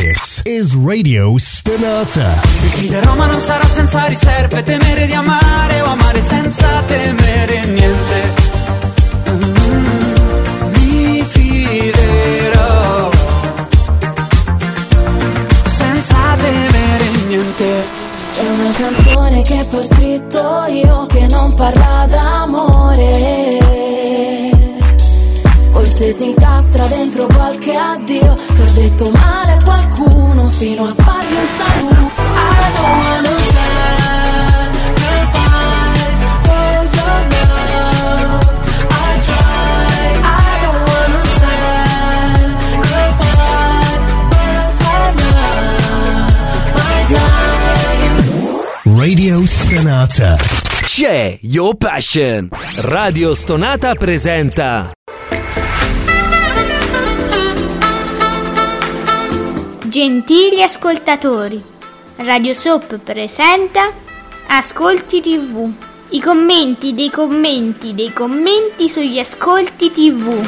This is Radio Stonata. Mi fiderò ma non sarò senza riserve, temere di amare o amare senza temere niente. Mi fiderò senza temere niente. C'è una canzone che poi ho scritto io che non parla d'amore. Forse si incastra dentro qualche addio che ho detto male a qualcuno fino a fargli un saluto. I don't understand goodbyes for your love. I try. I don't understand goodbyes for my time. Radio Stonata. C'è Your Passion. Radio Stonata presenta Gentili ascoltatori, Radio Soap presenta Ascolti TV. I commenti dei commenti dei commenti sugli ascolti TV.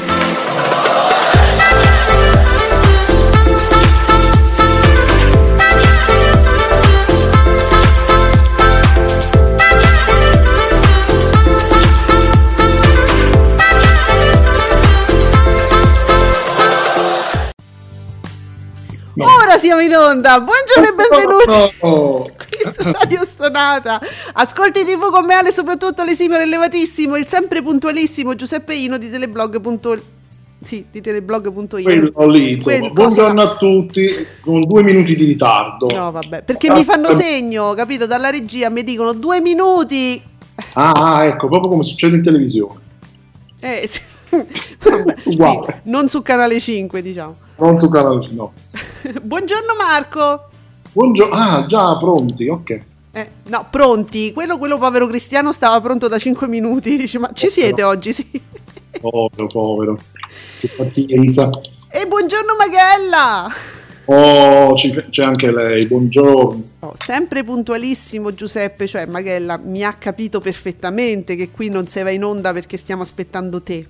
Ora siamo in onda, buongiorno e benvenuti qui su Radio Stonata. Ascolti TV con me Ale, soprattutto l'esimio e elevatissimo, il sempre puntualissimo Giuseppe Ino di Teleblog. Sì, di Teleblog.io. Quello lì, insomma. Buongiorno a tutti, con 2 minuti di ritardo. No, vabbè, perché mi fanno segno, capito? Dalla regia mi dicono 2 minuti. Ah, ecco, proprio come succede in televisione. Sì. Vabbè, Uguale. sì, non su Canale 5, diciamo. Non su Canale 5, no. Buongiorno Marco. Buongiorno. Ah, già pronti, ok. No, pronti. Quello povero Cristiano stava pronto da 5 minuti. Dice, ma ci siete oggi? Sì. Povero. Che pazienza. E buongiorno Magella. Oh, c'è anche lei, buongiorno. Sempre puntualissimo Giuseppe, cioè Magella mi ha capito perfettamente che qui non si va in onda perché stiamo aspettando te.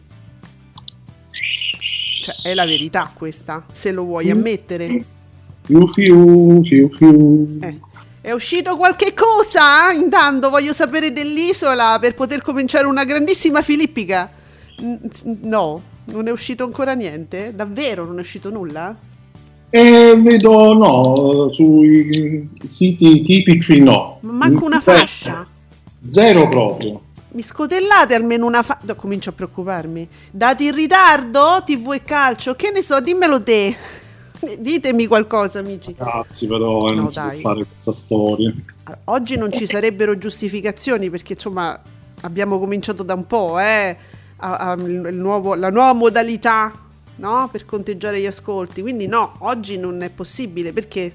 Cioè, è la verità questa, se lo vuoi ammettere. Fiu. È uscito qualche cosa? Intanto voglio sapere dell'isola per poter cominciare una grandissima filippica. No, non è uscito ancora niente? Davvero non è uscito nulla? Vedo no, sui siti tipici no. Ma manco una fascia? Zero proprio. Mi scotellate almeno una fascia? Comincio a preoccuparmi. Dati in ritardo? TV e calcio? Che ne so, dimmelo te. Ditemi qualcosa, amici. Grazie, però non si può fare questa storia. Oggi non ci sarebbero giustificazioni perché insomma abbiamo cominciato da un po', la nuova modalità, no? Per conteggiare gli ascolti. Quindi no, oggi non è possibile perché.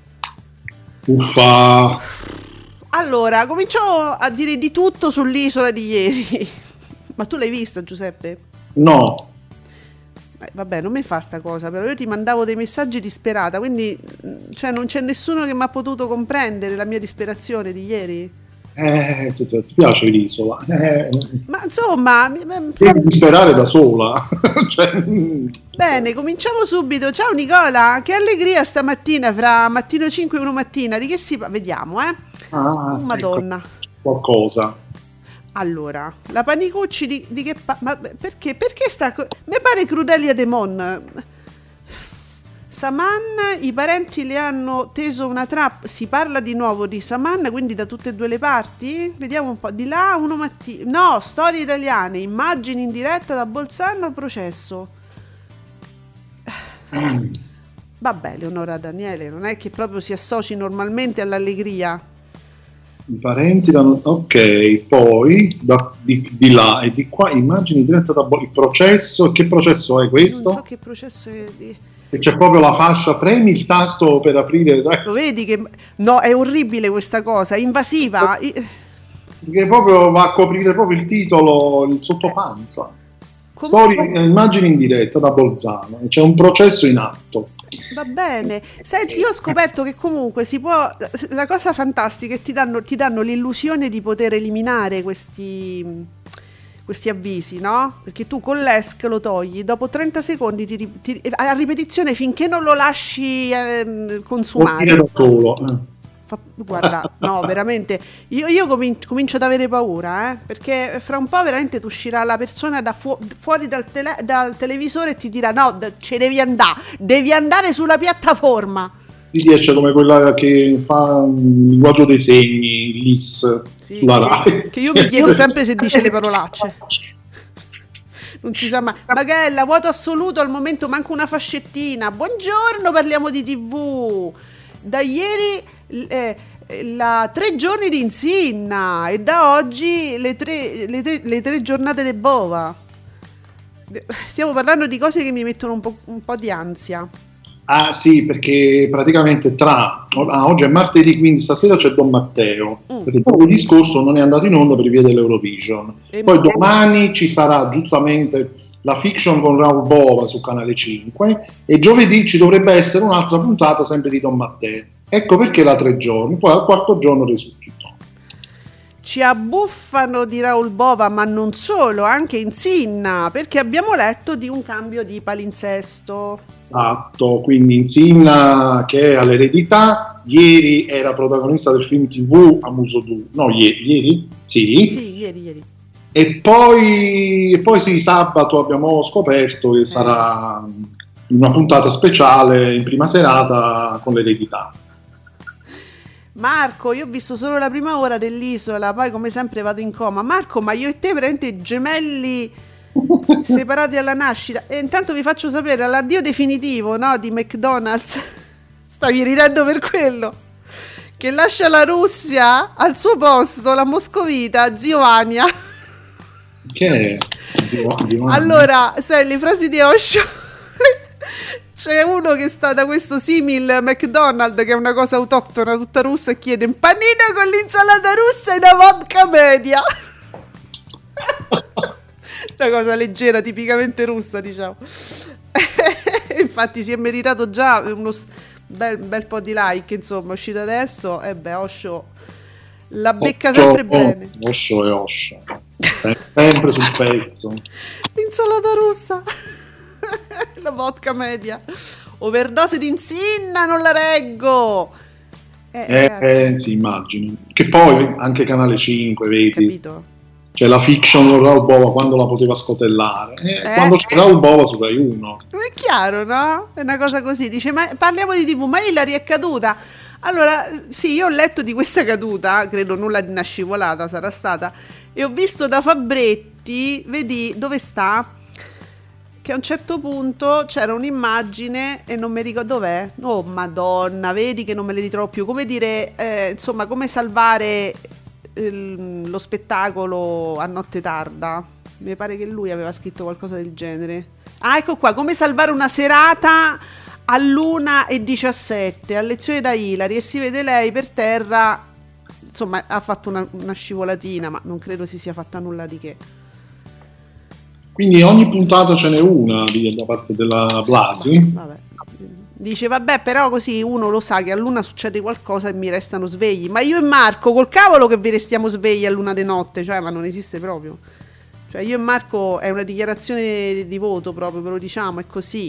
Uffa. Allora, comincio a dire di tutto sull'isola di ieri. Ma tu l'hai vista, Giuseppe? No. Vabbè, non mi fa sta cosa, però io ti mandavo dei messaggi disperata, quindi cioè non c'è nessuno che mi ha potuto comprendere la mia disperazione di ieri. Ti piace l'isola? Ma insomma, devi disperare da sola. Bene, cominciamo subito. Ciao Nicola, che allegria stamattina fra mattino 5 e 1 mattina. Di che si parla? Vediamo, Madonna. Ecco, qualcosa. Allora, la Panicucci di che ma perché sta mi pare Crudelia De Mon. Saman, i parenti le hanno teso una trappola. Si parla di nuovo di Saman, quindi da tutte e due le parti? Vediamo un po'. Di là, 1 mattina. No, storie italiane, immagini in diretta da Bolzano al processo. Vabbè, Leonora Daniele, non è che proprio si associ normalmente all'allegria. I parenti danno. Ok, poi di là e di qua, immagini in diretta da il processo. Che processo è questo? Non so che processo è di. C'è proprio la fascia, premi il tasto per aprire. Lo vedi che no, è orribile questa cosa, invasiva. Che proprio va a coprire proprio il titolo, il sottopancia. Immagini in diretta da Bolzano. C'è un processo in atto. Va bene. Senti, io ho scoperto che comunque si può. La cosa fantastica è che ti danno l'illusione di poter eliminare questi questi avvisi, no? Perché tu con l'ESC lo togli, dopo 30 secondi a ripetizione finché non lo lasci consumare. Da solo. Guarda, no, veramente, io comincio ad avere paura, perché fra un po' veramente ti uscirà la persona fuori dal televisore e ti dirà no, devi andare sulla piattaforma. Ti esce come quella che fa il linguaggio dei segni, l'IS, sì, sulla Rai. Che io mi chiedo sempre se dice le parolacce. Non si sa mai. Magella, vuoto assoluto, al momento manca una fascettina. Buongiorno, parliamo di TV. Da ieri 3 giorni di Insinna e da oggi le tre giornate di Bova. Stiamo parlando di cose che mi mettono un po' di ansia. Ah sì, perché praticamente oggi è martedì, quindi stasera c'è Don Matteo, perché giovedì scorso non è andato in onda per via dell'Eurovision. Poi domani ci sarà giustamente la fiction con Raul Bova su Canale 5 e giovedì ci dovrebbe essere un'altra puntata sempre di Don Matteo. Ecco perché la 3 giorni, poi al 4º giorno resuscitò. Ci abbuffano di Raul Bova, ma non solo, anche Insinna, perché abbiamo letto di un cambio di palinsesto. Esatto, quindi Insinna che è all'eredità, ieri era protagonista del film TV Amuso Du, no ieri? Sì. Sì, ieri. E poi sì, sabato abbiamo scoperto che sarà una puntata speciale in prima serata con l'eredità. Marco, io ho visto solo la prima ora dell'Isola, poi come sempre vado in coma. Marco, ma io e te veramente gemelli separati alla nascita. E intanto vi faccio sapere l'addio definitivo, no, di McDonald's. Stavi ridendo per quello. Che lascia la Russia, al suo posto la moscovita Ziovania. Che è? Ziovania. Allora, sai, le frasi di Osho. C'è uno che sta da questo simil McDonald's, che è una cosa autoctona tutta russa, e chiede un panino con l'insalata russa e una vodka media. Una cosa leggera, tipicamente russa, diciamo. Infatti si è meritato già uno bel po' di like, insomma, è uscito adesso. E Osho la becca sempre bene. Osho è Osho, sempre sul pezzo. L'insalata russa. La vodka media. Overdose di Insinna, non la reggo. Sì, immagino. Che poi anche Canale 5, vedi? Capito? C'è la fiction con Raul Bova quando la poteva scotellare. Quando c'è Raul Bova su Rai 1. È chiaro, no? È una cosa così. Dice, ma parliamo di TV, ma Ilari è caduta. Allora, sì, io ho letto di questa caduta, credo nulla di una scivolata sarà stata, e ho visto da Fabretti, vedi dove sta? Che a un certo punto c'era un'immagine e non mi ricordo dov'è. Oh madonna, vedi che non me le ritrovo più. Come dire, insomma, come salvare lo spettacolo a notte tarda. Mi pare che lui aveva scritto qualcosa del genere. Ah, ecco qua, come salvare una serata all'1:17 a lezione da Ilari, e si vede lei per terra. Insomma, ha fatto una scivolatina, ma non credo si sia fatta nulla di che. Quindi ogni puntata ce n'è una da parte della Blasi. Vabbè. Dice vabbè, però così uno lo sa che a luna succede qualcosa e mi restano svegli. Ma io e Marco, col cavolo che vi restiamo svegli a luna di notte, cioè, ma non esiste proprio. Cioè io e Marco è una dichiarazione di voto proprio, ve lo diciamo, è così.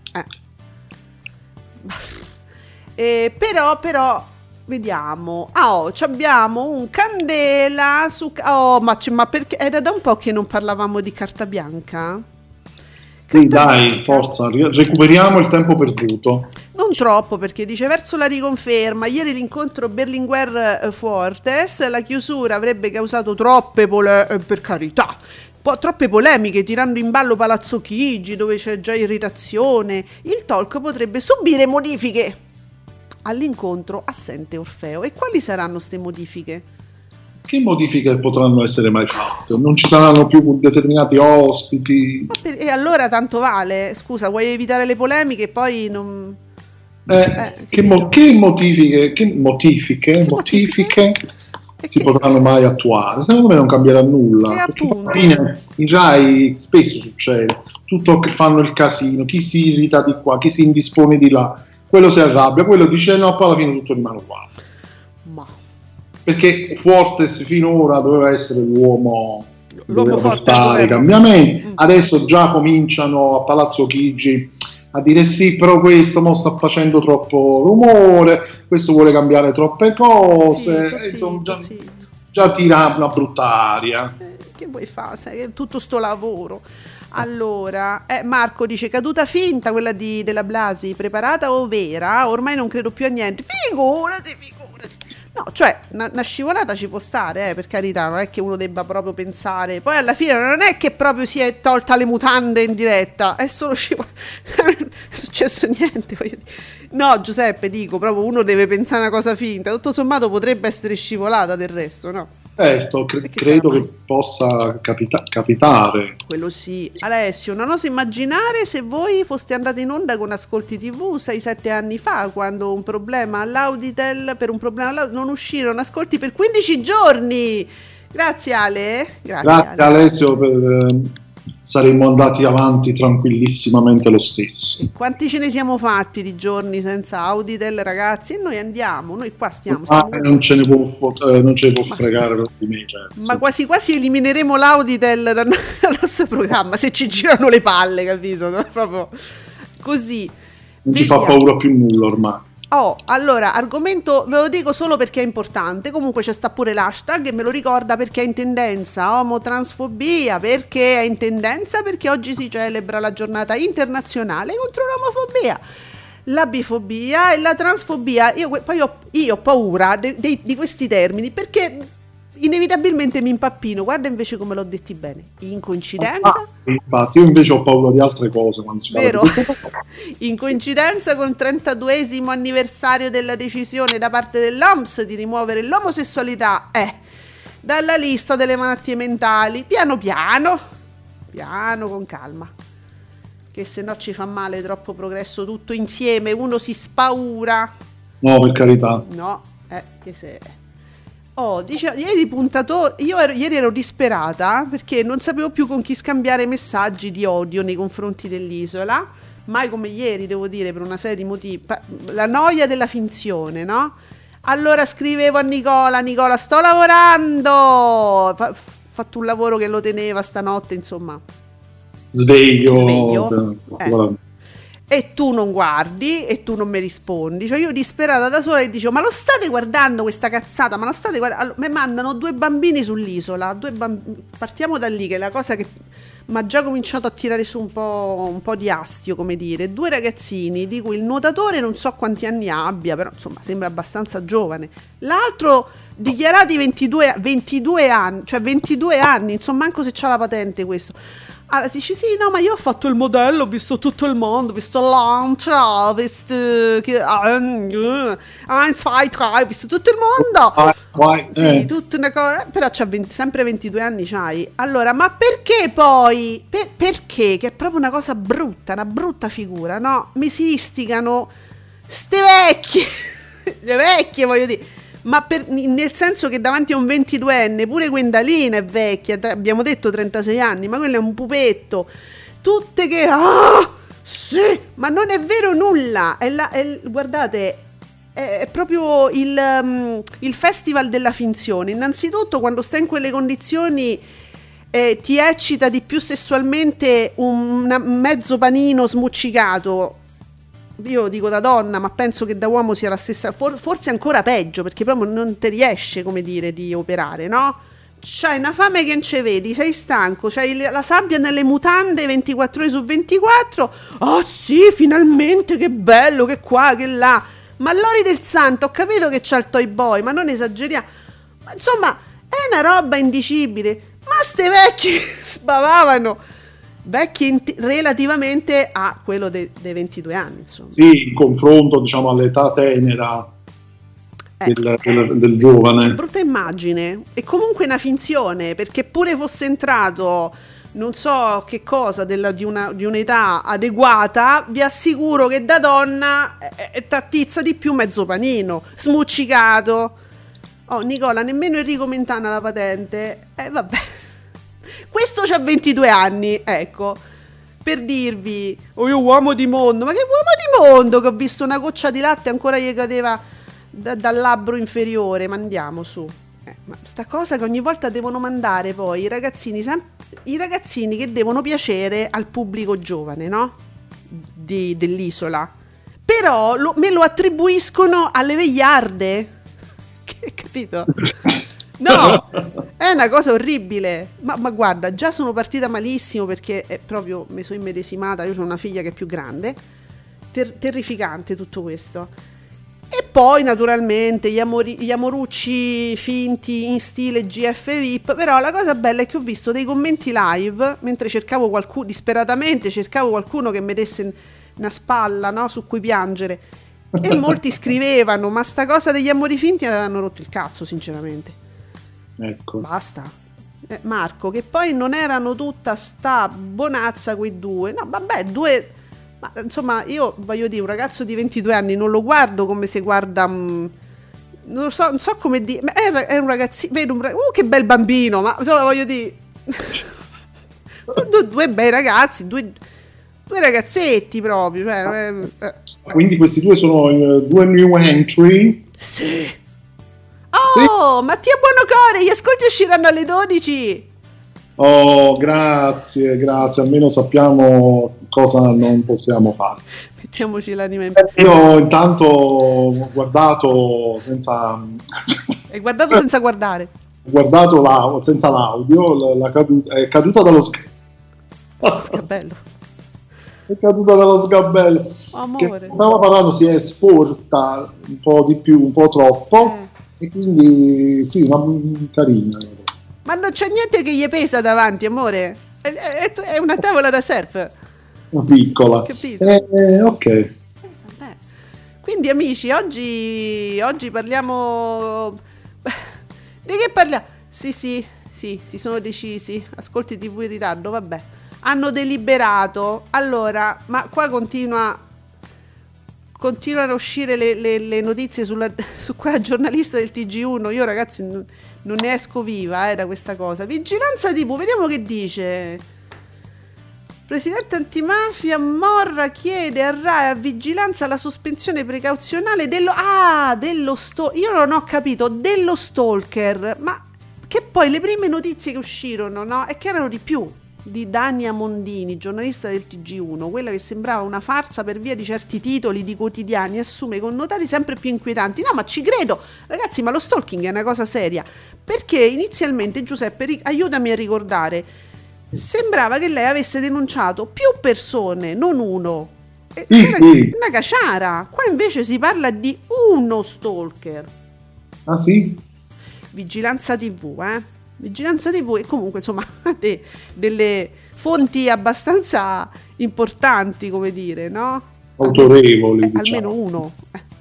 Però vediamo. Abbiamo un Candela su. Ma perché era da un po' che non parlavamo di Carta Bianca? Sì, dai, forza, recuperiamo il tempo perduto. Non troppo, perché dice verso la riconferma. Ieri l'incontro Berlinguer-Fuertes, la chiusura avrebbe causato troppe per carità, troppe polemiche, tirando in ballo Palazzo Chigi, dove c'è già irritazione. Il talk potrebbe subire modifiche. All'incontro assente Orfeo. E quali saranno ste modifiche? Che modifiche potranno essere mai fatte? Non ci saranno più determinati ospiti? E allora tanto vale. Scusa, vuoi evitare le polemiche e poi non... Che modifiche si potranno mai attuare? Secondo me non cambierà nulla. In Rai spesso succede tutto che fanno il casino, chi si irrita di qua, chi si indispone di là, quello si arrabbia, quello dice no, poi alla fine tutto rimane uguale. Perché Fuertes finora doveva essere l'uomo l'uomo forte portare i cambiamenti. Adesso già cominciano a Palazzo Chigi a dire sì, però questo mo sta facendo troppo rumore, questo vuole cambiare troppe cose, insomma, già tira una brutta aria. Che vuoi fare? Sai, tutto sto lavoro. Allora, Marco dice: caduta finta quella della Blasi, preparata o vera? Ormai non credo più a niente. Figurati. No, cioè, una scivolata ci può stare, per carità, non è che uno debba proprio pensare. Poi alla fine non è che proprio si è tolta le mutande in diretta, è solo scivolata. Non è successo niente, voglio dire. No, Giuseppe, dico, proprio uno deve pensare una cosa finta. Tutto sommato potrebbe essere scivolata del resto, no? Certo, credo che possa capitare. Quello sì. Alessio, non oso immaginare se voi foste andati in onda con Ascolti TV 6-7 anni fa, quando per un problema all'Auditel non uscirono ascolti per 15 giorni. Grazie Ale. Grazie Ale. Alessio, saremmo andati avanti tranquillissimamente lo stesso. Quanti ce ne siamo fatti di giorni senza Auditel, ragazzi? E noi andiamo, noi qua stiamo. Non ce ne può fregare di me, ma quasi elimineremo l'Auditel dal nostro programma se ci girano le palle, capito? Proprio così. Non ci fa paura più nulla ormai. Allora, argomento, ve lo dico solo perché è importante. Comunque c'è sta pure l'hashtag e me lo ricorda perché è in tendenza. Omotransfobia, perché è in tendenza? Perché oggi si celebra la giornata internazionale contro l'omofobia, la bifobia e la transfobia. Io ho paura di questi termini perché inevitabilmente mi impappino. Guarda invece come l'ho detti bene. In coincidenza, infatti io invece ho paura di altre cose quando si parla di queste cose. In coincidenza con il 32esimo anniversario della decisione da parte dell'OMS di rimuovere l'omosessualità dalla lista delle malattie mentali, piano con calma, che se no ci fa male troppo progresso tutto insieme, uno si spaura. No, per carità. No, che se dice ieri puntatore, ieri ero disperata perché non sapevo più con chi scambiare messaggi di odio nei confronti dell'isola, mai come ieri devo dire, per una serie di motivi, la noia della finzione, no? Allora scrivevo a Nicola sto lavorando, fatto un lavoro che lo teneva stanotte, insomma sveglio. E tu non guardi e tu non mi rispondi, cioè io disperata da sola e dicevo ma lo state guardando questa cazzata, ma lo state guardando? Allora, mi mandano 2 bambini sull'isola, partiamo da lì, che è la cosa che mi ha già cominciato a tirare su un po' di astio, come dire. 2 ragazzini di cui il nuotatore non so quanti anni abbia, però insomma sembra abbastanza giovane, l'altro dichiarati 22 anni, cioè 22 anni, insomma manco se c'ha la patente questo. Allora si dice sì, no, ma io ho fatto il modello, ho visto tutto il mondo, ho visto Lancia, ho visto ho visto tutto il mondo. Sì, tutta una cosa, però c'ha sempre 22 anni c'hai. Allora, ma perché poi? Perché? Che è proprio una cosa brutta, una brutta figura, no? Mi si istigano ste vecchie, le vecchie voglio dire. Ma nel senso che davanti a un 22enne pure Gwendalina è vecchia, abbiamo detto 36 anni, ma quello è un pupetto, tutte che sì, ma non è vero nulla, guardate, è proprio il festival della finzione. Innanzitutto quando stai in quelle condizioni ti eccita di più sessualmente un mezzo panino smuccicato. Io dico da donna, ma penso che da uomo sia la stessa, forse ancora peggio, perché proprio non ti riesce, come dire, di operare, no? C'hai una fame che non ci vedi, sei stanco, c'hai la sabbia nelle mutande 24 ore su 24. Sì, finalmente, che bello, che qua, che là. Ma Lori del Santo, ho capito che c'ha il toy boy, ma non esageriamo. Ma insomma, è una roba indicibile. Ma ste vecchi sbavavano. Vecchi relativamente a quello dei 22 anni, insomma. Sì, in confronto, diciamo, all'età tenera del giovane. Brutta immagine. E comunque una finzione, perché pure fosse entrato non so che cosa di un'età adeguata, vi assicuro che da donna t'attizza di più mezzo panino, smuccicato. Nicola, nemmeno Enrico Mentana la patente. Vabbè. Questo c'ha 22 anni, ecco, per dirvi, io uomo di mondo, ma che uomo di mondo, che ho visto una goccia di latte ancora gli cadeva dal labbro inferiore, ma andiamo su, Ma sta cosa che ogni volta devono mandare poi i ragazzini che devono piacere al pubblico giovane, no? Dell'isola. Però me lo attribuiscono alle vegliarde. Capito? No, è una cosa orribile. Ma guarda, già sono partita malissimo perché è proprio mi sono immedesimata. Io ho una figlia che è più grande. Terrificante tutto questo. E poi naturalmente gli amorucci finti in stile GF VIP. Però la cosa bella è che ho visto dei commenti live mentre cercavo disperatamente cercavo qualcuno che mi desse una spalla, no, su cui piangere. E molti scrivevano: ma sta cosa degli amori finti hanno rotto il cazzo, sinceramente. Ecco. Basta. Marco, che poi non erano tutta sta bonazza quei due. No, vabbè, due. Ma insomma, io voglio dire, un ragazzo di 22 anni non lo guardo come se guarda. Non so come dire. Ma è un ragazzino. Vedo che bel bambino, ma insomma, voglio dire. due bei ragazzi, due ragazzetti proprio. Quindi questi due sono due new entry. Sì. Oh, sì. Mattia Buonocore, gli ascolti usciranno alle 12. Oh, grazie, almeno sappiamo cosa non possiamo fare. Mettiamoci l'anima in pace. Io intanto ho guardato senza... Hai guardato senza guardare? Ho guardato senza l'audio, è caduta dallo sgabello. È caduta dallo sgabello. Amore. Che stavo parlando, si è sporta un po' di più, un po' troppo, e quindi sì, ma carina. Ma non c'è niente che gli pesa davanti, amore. È una tavola da surf. Una piccola. Capito? Ok. Vabbè. Quindi amici, oggi parliamo... Di che parliamo? Sì, si sono decisi. Ascolti TV in ritardo, vabbè. Hanno deliberato. Allora, ma qua continuano a uscire le notizie su quella giornalista del TG1. Io, ragazzi, non ne esco viva da questa cosa. Vigilanza TV, vediamo che dice. Presidente antimafia Morra chiede a RAI a Vigilanza la sospensione precauzionale dello io non ho capito, dello stalker. Ma che poi le prime notizie che uscirono, no? E che erano di più, di Dania Mondini, giornalista del TG1, quella che sembrava una farsa per via di certi titoli di quotidiani, assume connotati sempre più inquietanti. No, ma ci credo, ragazzi, ma lo stalking è una cosa seria, perché inizialmente, Giuseppe, aiutami a ricordare, sembrava che lei avesse denunciato più persone, non uno. Sì. Una caciara. Qua invece si parla di uno stalker. Ah sì? Vigilanza TV, Vigilanza TV, e comunque insomma delle fonti abbastanza importanti, come dire, no? Autorevoli, diciamo. Almeno uno.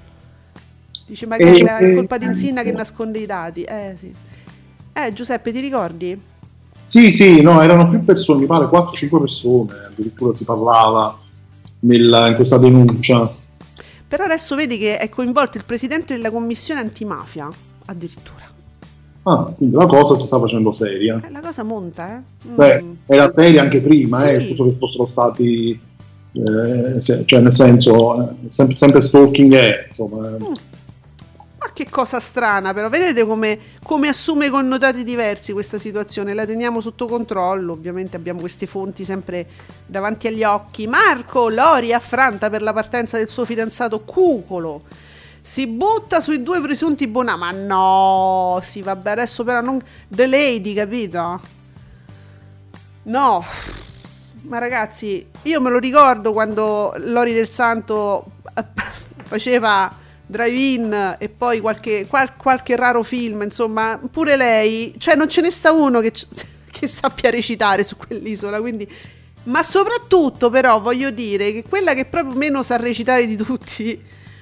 Dice magari è colpa di Insinna che nasconde i dati. Sì. Giuseppe, ti ricordi? Sì, no, erano più persone, mi pare 4-5 persone, addirittura si parlava in questa denuncia. Però adesso vedi che è coinvolto il presidente della commissione antimafia, addirittura. Ah, quindi la cosa si sta facendo seria. La cosa monta, Beh, era seria anche prima, scuso che fossero stati, cioè nel senso, sempre stalking insomma. Ma che cosa strana, però vedete come assume connotati diversi questa situazione. La teniamo sotto controllo, ovviamente abbiamo queste fonti sempre davanti agli occhi. Marco, Lori affranta per la partenza del suo fidanzato Cucolo, si butta sui due presunti ma no, sì, vabbè, adesso però non The Lady, capito? No, ma ragazzi, io me lo ricordo quando Lori del Santo faceva Drive-In e poi qualche raro film, insomma, pure lei, cioè non ce ne sta uno che sappia recitare su quell'isola, quindi. Ma soprattutto però voglio dire che quella che proprio meno sa recitare di tutti,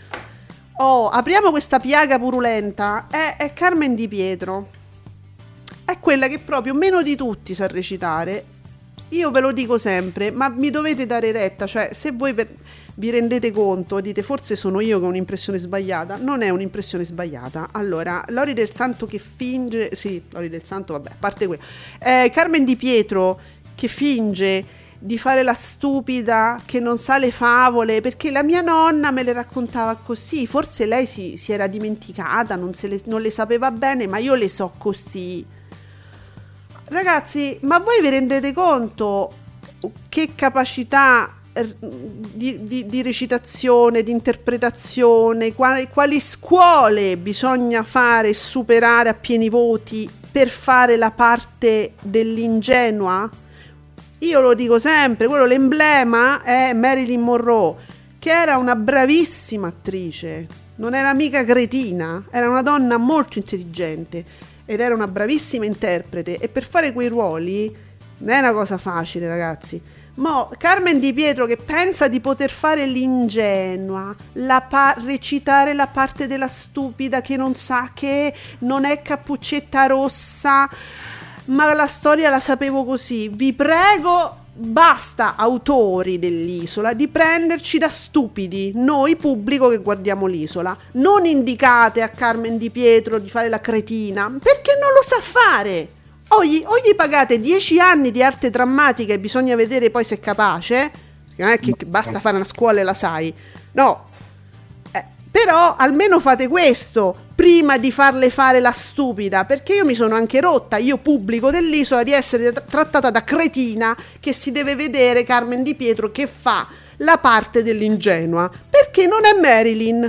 apriamo questa piaga purulenta, è Carmen Di Pietro. È quella che proprio meno di tutti sa recitare. Io ve lo dico sempre, ma mi dovete dare retta, cioè se voi vi rendete conto, dite forse sono io che ho un'impressione sbagliata, non è un'impressione sbagliata. Allora, Lori del Santo che finge, sì, Lori del Santo, vabbè, a parte quello, Carmen Di Pietro che finge di fare la stupida che non sa le favole, perché la mia nonna me le raccontava così, forse lei si era dimenticata, non le sapeva bene, ma io le so così. Ragazzi, ma voi vi rendete conto che capacità di recitazione, di interpretazione, quali scuole bisogna fare e superare a pieni voti per fare la parte dell'ingenua? Io lo dico sempre, l'emblema è Marilyn Monroe, che era una bravissima attrice, non era mica cretina, era una donna molto intelligente ed era una bravissima interprete, e per fare quei ruoli non è una cosa facile, ragazzi. Mo Carmen Di Pietro, che pensa di poter fare l'ingenua, recitare la parte della stupida che non sa che non è Cappuccetta Rossa, ma la storia la sapevo così. Vi prego, basta, autori dell'Isola, di prenderci da stupidi, noi pubblico che guardiamo l'Isola. Non indicate a Carmen Di Pietro di fare la cretina, perché non lo sa fare. O gli pagate 10 anni di arte drammatica e bisogna vedere poi se è capace, non è che basta fare una scuola e la sai, no, però almeno fate questo prima di farle fare la stupida, perché io mi sono anche rotta, io pubblico dell'Isola, di essere trattata da cretina che si deve vedere Carmen Di Pietro che fa la parte dell'ingenua, perché non è Marilyn.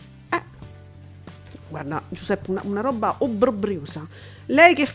Guarda Giuseppe, una roba obbrobriosa. Lei che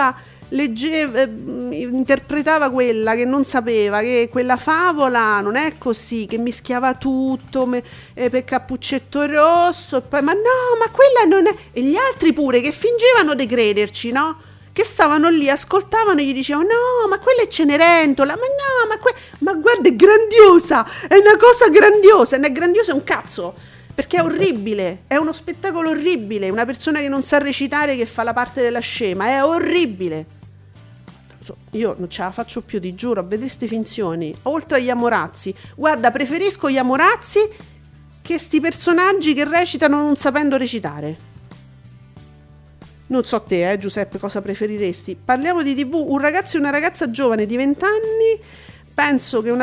interpretava quella che non sapeva che quella favola non è così, che mischiava tutto per Cappuccetto Rosso, e poi ma quella non è, e gli altri pure che fingevano di crederci, no? Che stavano lì, ascoltavano e gli dicevano no, ma quella è Cenerentola, ma guarda, è grandiosa, è una cosa grandiosa, non è grandiosa un cazzo. Perché è orribile, è uno spettacolo orribile, una persona che non sa recitare che fa la parte della scema, è orribile. Io non ce la faccio più, ti giuro, a vedere ste finzioni, oltre agli Amorazzi. Guarda, preferisco gli Amorazzi che sti personaggi che recitano non sapendo recitare. Non so te, Giuseppe, cosa preferiresti. Parliamo di TV, un ragazzo e una ragazza giovane di 20 anni, penso che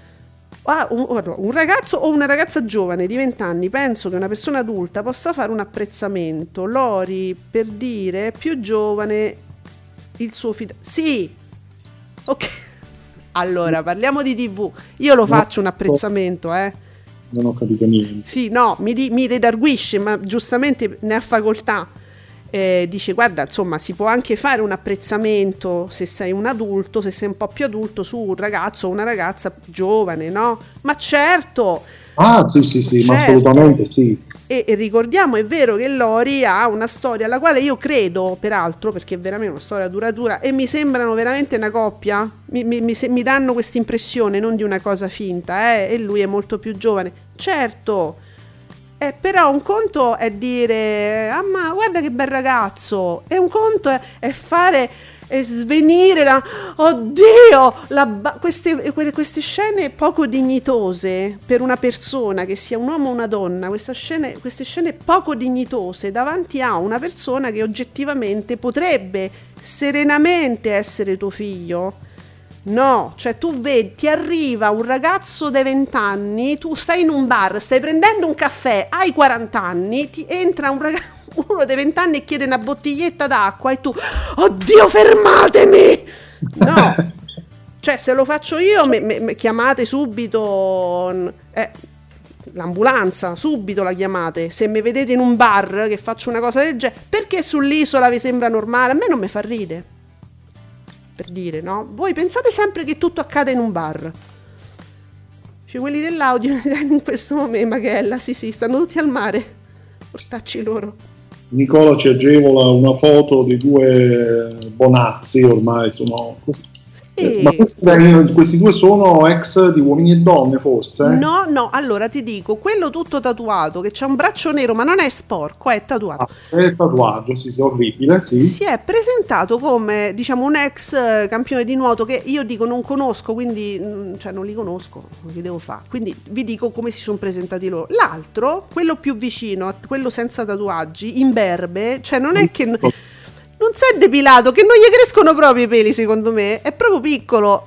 un ragazzo o una ragazza giovane di 20 anni, penso che una persona adulta possa fare un apprezzamento. Lori, per dire, più giovane il suo sì, ok. Allora, parliamo di TV. Io lo faccio un apprezzamento, Non ho capito niente. Sì, no, mi redarguisce, ma giustamente ne ha facoltà. Dice, guarda, insomma, si può anche fare un apprezzamento se sei un adulto, se sei un po' più adulto, su un ragazzo o una ragazza giovane, no? Ma certo! Sì, certo. Ma assolutamente sì. E ricordiamo, è vero che Lori ha una storia alla quale io credo, peraltro, perché è veramente una storia duratura, e mi sembrano veramente una coppia, mi danno questa impressione, non di una cosa finta, e lui è molto più giovane, certo. Però un conto è dire ma guarda che bel ragazzo, e un conto è fare e svenire queste scene poco dignitose per una persona, che sia un uomo o una donna, queste scene poco dignitose davanti a una persona che oggettivamente potrebbe serenamente essere tuo figlio. No, cioè tu vedi, ti arriva un ragazzo dai 20 anni, tu stai in un bar, stai prendendo un caffè, hai 40 anni, ti entra uno dei 20 anni e chiede una bottiglietta d'acqua e tu, oddio, fermatemi! No, cioè se lo faccio io, chiamate subito l'ambulanza, subito la chiamate. Se mi vedete in un bar che faccio una cosa del genere, perché sull'isola vi sembra normale? A me non mi fa ridere. Per dire, no? Voi pensate sempre che tutto accada in un bar. Cioè, quelli dell'audio in questo momento, Magella, sì, stanno tutti al mare. Portacci loro. Nicola ci agevola una foto di due Bonazzi, ormai sono... Ma questi due sono ex di Uomini e Donne, forse? No, allora ti dico, quello tutto tatuato, che c'ha un braccio nero, ma non è sporco, è tatuato. È tatuaggio, sì, orribile, sì. Si è presentato come, diciamo, un ex campione di nuoto che io dico non conosco, quindi, cioè non li conosco, che devo fare? Quindi vi dico come si sono presentati loro. L'altro, quello più vicino, quello senza tatuaggi, imberbe, cioè non è che... Non si è depilato, che non gli crescono proprio i peli, secondo me, è proprio piccolo.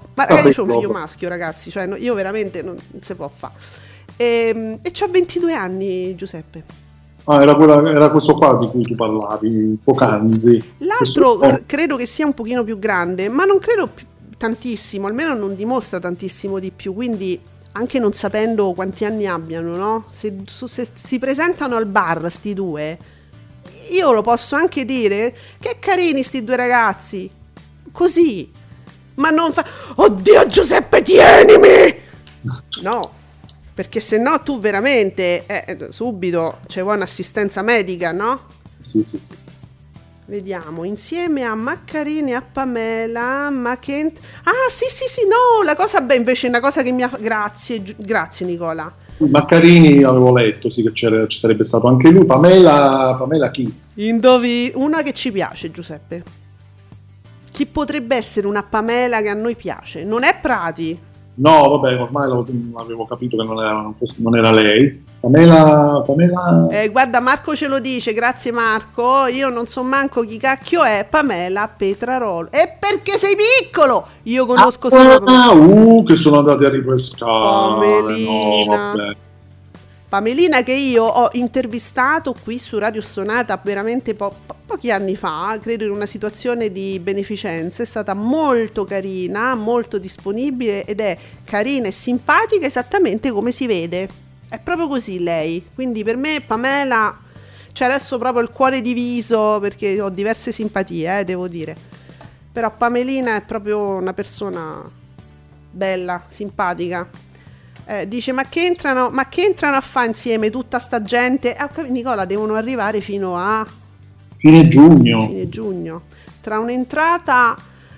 Ma ragazzi, io ho un figlio maschio, ragazzi, cioè io veramente non si può fare. E c'ha 22 anni, Giuseppe. Era questo qua di cui tu parlavi poc'anzi. L'altro credo che sia un pochino più grande, ma non credo tantissimo, almeno non dimostra tantissimo di più, quindi anche non sapendo quanti anni abbiano, no? Se si presentano al bar sti due, io lo posso anche dire che carini sti due ragazzi, così, ma non fa oddio Giuseppe tienimi, no, perché se no tu veramente subito c'è un'assistenza medica, no? Sì. Vediamo, insieme a Maccarini e a Pamela, sì, no, la cosa, invece è una cosa che mi ha... Grazie Nicola. Maccarini avevo letto, sì, che ci sarebbe stato anche lui. Pamela chi? Una che ci piace, Giuseppe. Chi potrebbe essere una Pamela che a noi piace? Non è Prati? No, vabbè, ormai avevo capito che non era lei. Pamela... guarda, Marco ce lo dice, grazie Marco. Io non so manco chi cacchio è Pamela Petrarolo. E perché sei piccolo? Io conosco solo che sono andati a ripescare. Pamelina. No, Pamelina, che io ho intervistato qui su Radio Stonata veramente pochi anni fa, credo in una situazione di beneficenza. È stata molto carina, molto disponibile ed è carina e simpatica esattamente come si vede. È proprio così lei. Quindi per me Pamela, cioè adesso proprio il cuore diviso perché ho diverse simpatie, devo dire. Però Pamelina è proprio una persona bella, simpatica. Dice ma che entrano a fare insieme tutta sta gente? Nicola, devono arrivare fino a fine giugno. Tra un'entra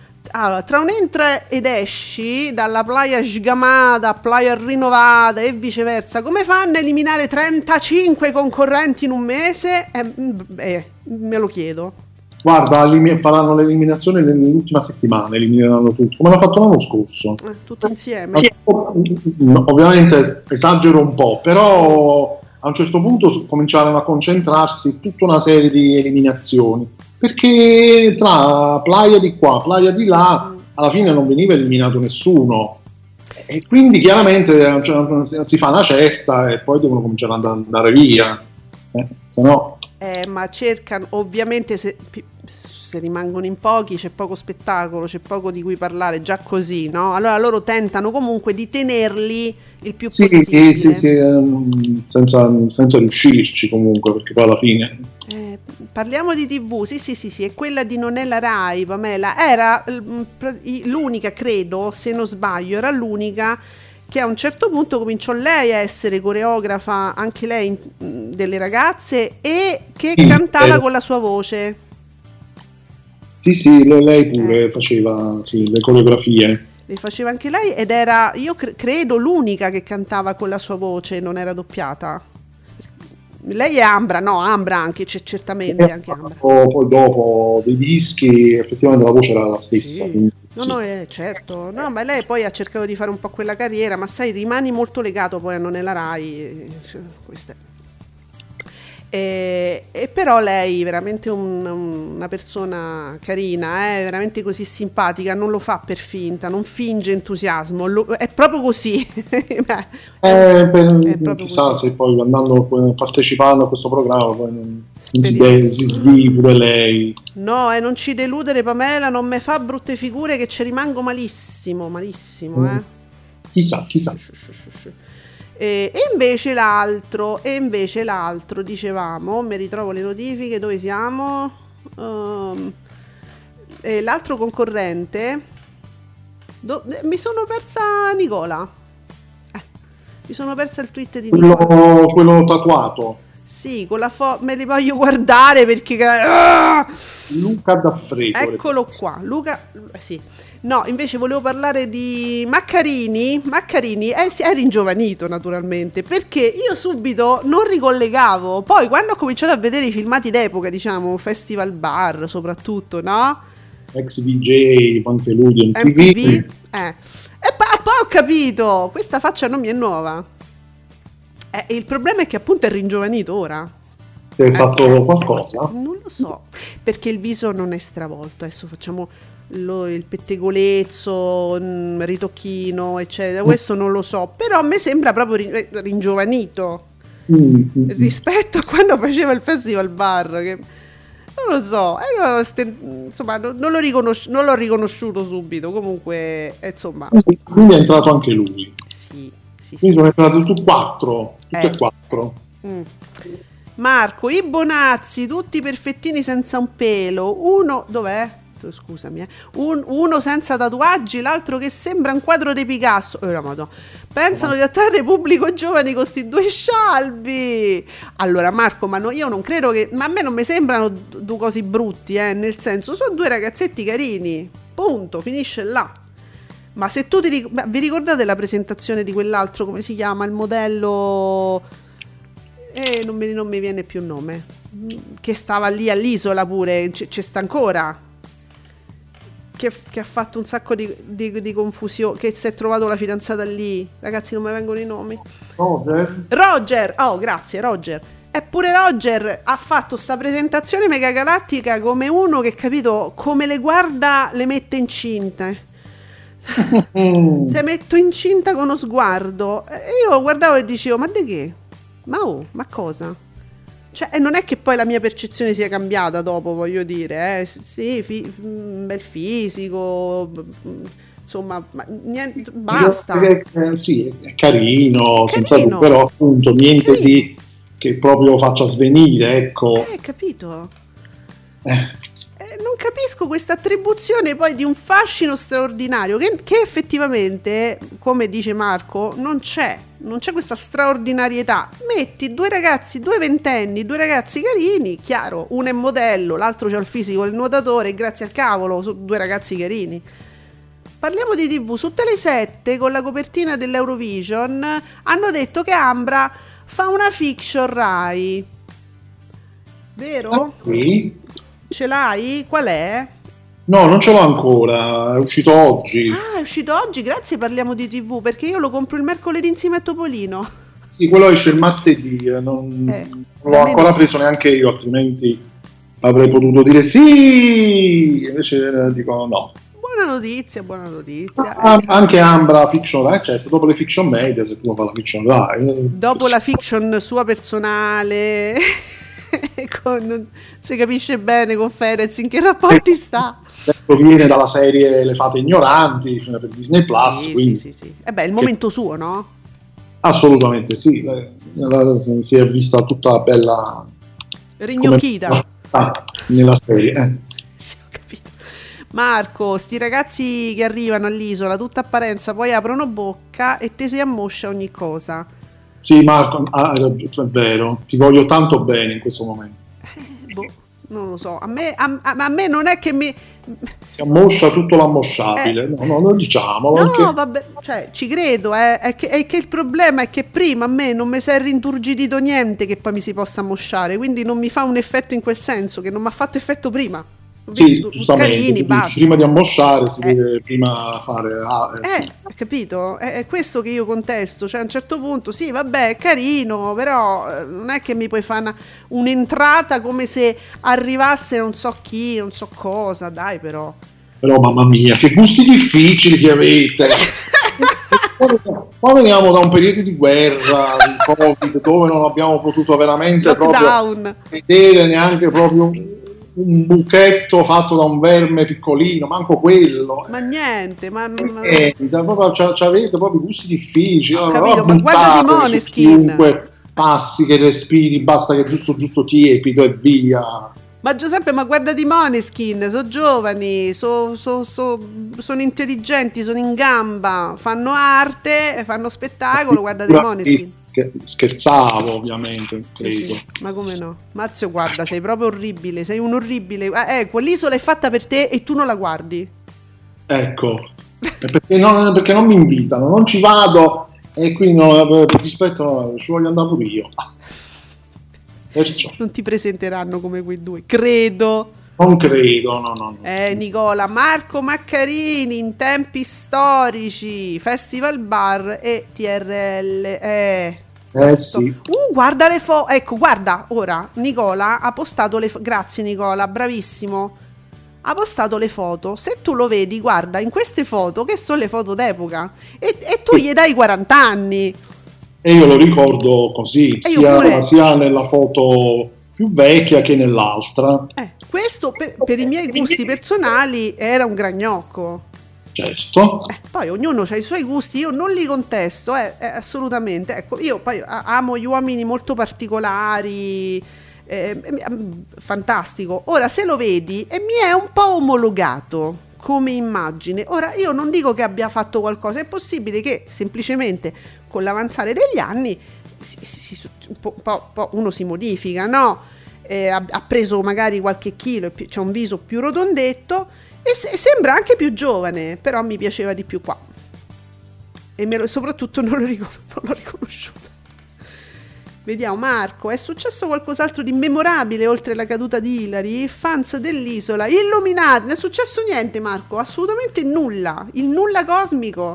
ed esci dalla playa sgamata a playa rinnovata e viceversa, come fanno a eliminare 35 concorrenti in un mese? Me lo chiedo. Guarda, faranno l'eliminazione nell'ultima settimana, elimineranno tutto, come l'hanno fatto l'anno scorso. Tutto insieme. Ovviamente esagero un po', però a un certo punto cominciarono a concentrarsi tutta una serie di eliminazioni, perché tra playa di qua, playa di là, alla fine non veniva eliminato nessuno. E quindi chiaramente si fa una certa e poi devono cominciare ad andare via. Se no... ma cercano, ovviamente se rimangono in pochi c'è poco spettacolo, c'è poco di cui parlare già così, no? Allora loro tentano comunque di tenerli il più possibile. Sì, senza riuscirci comunque, perché poi alla fine... parliamo di TV, sì, è quella di Non è la Rai, Pamela, era l'unica, credo, se non sbaglio, era l'unica che a un certo punto cominciò lei a essere coreografa, anche lei, delle ragazze, e che cantava con la sua voce. Sì, lei pure faceva le coreografie. Le faceva anche lei ed era, io credo, l'unica che cantava con la sua voce, non era doppiata. Lei è Ambra anche, c'è certamente anche Ambra. Poi dopo dei dischi effettivamente la voce era la stessa. Sì. Certo. No, ma lei poi ha cercato di fare un po' quella carriera, ma sai, rimani molto legato poi a Non è la Rai. Questa è. E però lei è veramente una persona carina, è veramente così simpatica, non lo fa per finta, non finge entusiasmo, è proprio così. Chissà se poi partecipando a questo programma poi si svii pure lei. No, non ci deludere Pamela, non me fa brutte figure che ci rimango malissimo. Chissà. E invece l'altro, dicevamo, mi ritrovo le notifiche, dove siamo? L'altro concorrente, mi sono persa Nicola, mi sono persa il tweet di Nicola. Quello tatuato. Sì, con la me li voglio guardare perché... Luca D'Affredo. Eccolo qua, Luca, sì. No, invece volevo parlare di Maccarini si è ringiovanito naturalmente, perché io subito non ricollegavo, poi quando ho cominciato a vedere i filmati d'epoca, diciamo, Festival Bar soprattutto, no? Ex VJ, Panteludi, MTV. E poi ho capito, questa faccia non mi è nuova. Il problema è che appunto è ringiovanito ora. Si è fatto qualcosa? Non lo so, perché il viso non è stravolto, adesso facciamo... il pettegolezzo, ritocchino, eccetera. Questo non lo so, però a me sembra proprio ringiovanito rispetto a quando faceva il Festival Bar, che non lo so, insomma non l'ho riconosciuto subito. Comunque, insomma, quindi è entrato anche lui. Sì. Quindi sono entrati tutti e quattro. Marco, i Bonazzi, tutti perfettini senza un pelo. Uno, dov'è? Scusami, uno senza tatuaggi, l'altro che sembra un quadro di Picasso. Pensano di attrarre pubblico giovani con sti due scialbi. Allora Marco, io non credo che, ma a me non mi sembrano due cose brutti, nel senso, sono due ragazzetti carini, punto, finisce là. Ma se tu vi ricordate la presentazione di quell'altro, come si chiama, il modello, non mi viene più il nome, che stava lì all'Isola pure, c'è sta ancora, che ha fatto un sacco di confusione, che si è trovato la fidanzata lì, ragazzi non mi vengono i nomi. Roger, oh grazie Roger. Eppure Roger ha fatto sta presentazione mega galattica come uno che, capito, come le guarda le mette incinta. Te metto incinta con uno sguardo. Io guardavo e dicevo, ma di che? Ma cosa? Cioè, non è che poi la mia percezione sia cambiata dopo, voglio dire, sì, bel fisico, insomma, niente, basta. Sì, è carino, senza dubbio, però appunto niente di che proprio faccia svenire, ecco. Capito? Non capisco questa attribuzione poi di un fascino straordinario che effettivamente, come dice Marco, non c'è questa straordinarietà. Metti due ragazzi, due ventenni, due ragazzi carini, chiaro, uno è modello, l'altro c'ha il fisico del nuotatore, e grazie al cavolo sono due ragazzi carini. Parliamo di TV. Su Tele7, con la copertina dell'Eurovision, hanno detto che Ambra fa una fiction Rai, vero? Sì. Ce l'hai? Qual è? No, non ce l'ho ancora, è uscito oggi. Ah, è uscito oggi, grazie, parliamo di TV, perché io lo compro il mercoledì insieme a Topolino. Sì, quello esce il martedì, non l'ho ancora preso neanche io, altrimenti avrei potuto dire sì, invece dico no. Buona notizia. Anche Ambra Fiction Rai, certo, dopo le Fiction Media, se tu fa la Fiction Rai. Dopo la fiction sua personale... non si capisce bene con Fedez in che rapporti sta. Proviene dalla serie Le Fate Ignoranti per Disney Plus. Sì. Il momento suo, no? Assolutamente sì. Si è vista tutta bella rignocchita nella serie. Sì, ho capito. Marco, sti ragazzi che arrivano all'Isola, tutta apparenza, poi aprono bocca e te si ammoscia ogni cosa. Sì, Marco, è vero, ti voglio tanto bene in questo momento. Non lo so, a me non è che mi... Si ammoscia tutto l'ammosciabile, no, non diciamolo. No, vabbè, cioè, ci credo, è che il problema è che prima a me non mi si è rinturgidito niente che poi mi si possa ammosciare, quindi non mi fa un effetto in quel senso, che non mi ha fatto effetto prima. Sì, giustamente, prima di ammosciare si deve prima fare sì. Capito? È questo che io contesto, cioè a un certo punto sì, vabbè, è carino, però non è che mi puoi fare un'entrata come se arrivasse non so chi, non so cosa, dai però mamma mia, che gusti difficili che avete. Poi veniamo da un periodo di guerra, di Covid, dove non abbiamo potuto veramente lockdown, proprio vedere neanche proprio un buchetto fatto da un verme piccolino, manco quello. Ma niente, avete proprio gusti difficili. Capito, ma guarda di Måneskin. Chiunque passi che respiri, basta che giusto tiepido e via. Ma Giuseppe, ma guarda di Måneskin, sono giovani, sono intelligenti, sono in gamba, fanno arte, fanno spettacolo, guarda di Måneskin. Scherzavo, ovviamente, credo. Sì. Ma come no? Mazio, guarda, sei proprio orribile, sei un orribile. Quell'isola è fatta per te e tu non la guardi. Ecco, perché non mi invitano, non ci vado e quindi per rispetto ci voglio andare pure io. Non ti presenteranno come quei due, credo. Non credo, no. Nicola, Marco Maccarini in tempi storici, Festival Bar e TRL. Sì. Guarda le foto. Ecco, guarda, ora Nicola ha postato le foto. Grazie Nicola, bravissimo. ha postato le foto. Se tu lo vedi, guarda, in queste foto, che sono le foto d'epoca, e tu gli dai 40 anni. E io lo ricordo così, sia nella foto più vecchia che nell'altra. Questo per i miei gusti personali era un gragnocco. Certo. Poi ognuno ha i suoi gusti, io non li contesto, assolutamente. Ecco, io poi amo gli uomini molto particolari, fantastico. Ora, se lo vedi, mi è un po' omologato come immagine. Ora, io non dico che abbia fatto qualcosa, è possibile che semplicemente con l'avanzare degli anni uno si modifica, no? Ha preso magari qualche chilo, c'è un viso più rotondetto e sembra anche più giovane, però mi piaceva di più qua e soprattutto non l'ho riconosciuto. Vediamo, Marco, è successo qualcos'altro di memorabile oltre la caduta di Hillary? Fans dell'isola illuminati, non è successo niente, Marco, assolutamente nulla, il nulla cosmico,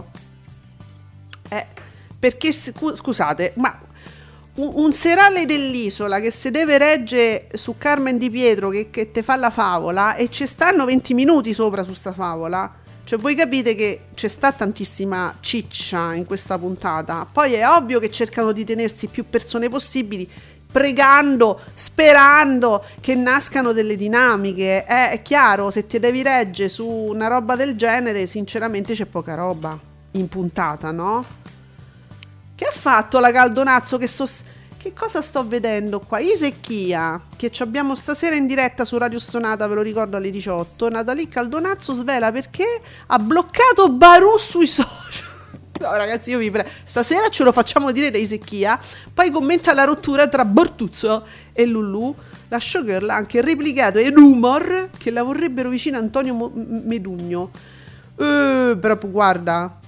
perché scusate, ma un serale dell'isola che si deve reggere su Carmen Di Pietro che te fa la favola e ci stanno 20 minuti sopra su sta favola, cioè voi capite che c'è sta tantissima ciccia in questa puntata. Poi è ovvio che cercano di tenersi più persone possibili, pregando, sperando che nascano delle dinamiche. È chiaro, se ti devi reggere su una roba del genere, sinceramente c'è poca roba in puntata, no? Che ha fatto la Caldonazzo? Che cosa sto vedendo qua? Isecchia, che ci abbiamo stasera in diretta su Radio Stonata, ve lo ricordo, alle 18. Natalie Caldonazzo svela perché ha bloccato Barù sui social. No ragazzi, io vi prego, stasera ce lo facciamo dire da Isecchia. Poi commenta la rottura tra Bortuzzo e Lulù. La showgirl ha anche replicato i rumor che la vorrebbero vicino a Antonio Medugno. Però guarda,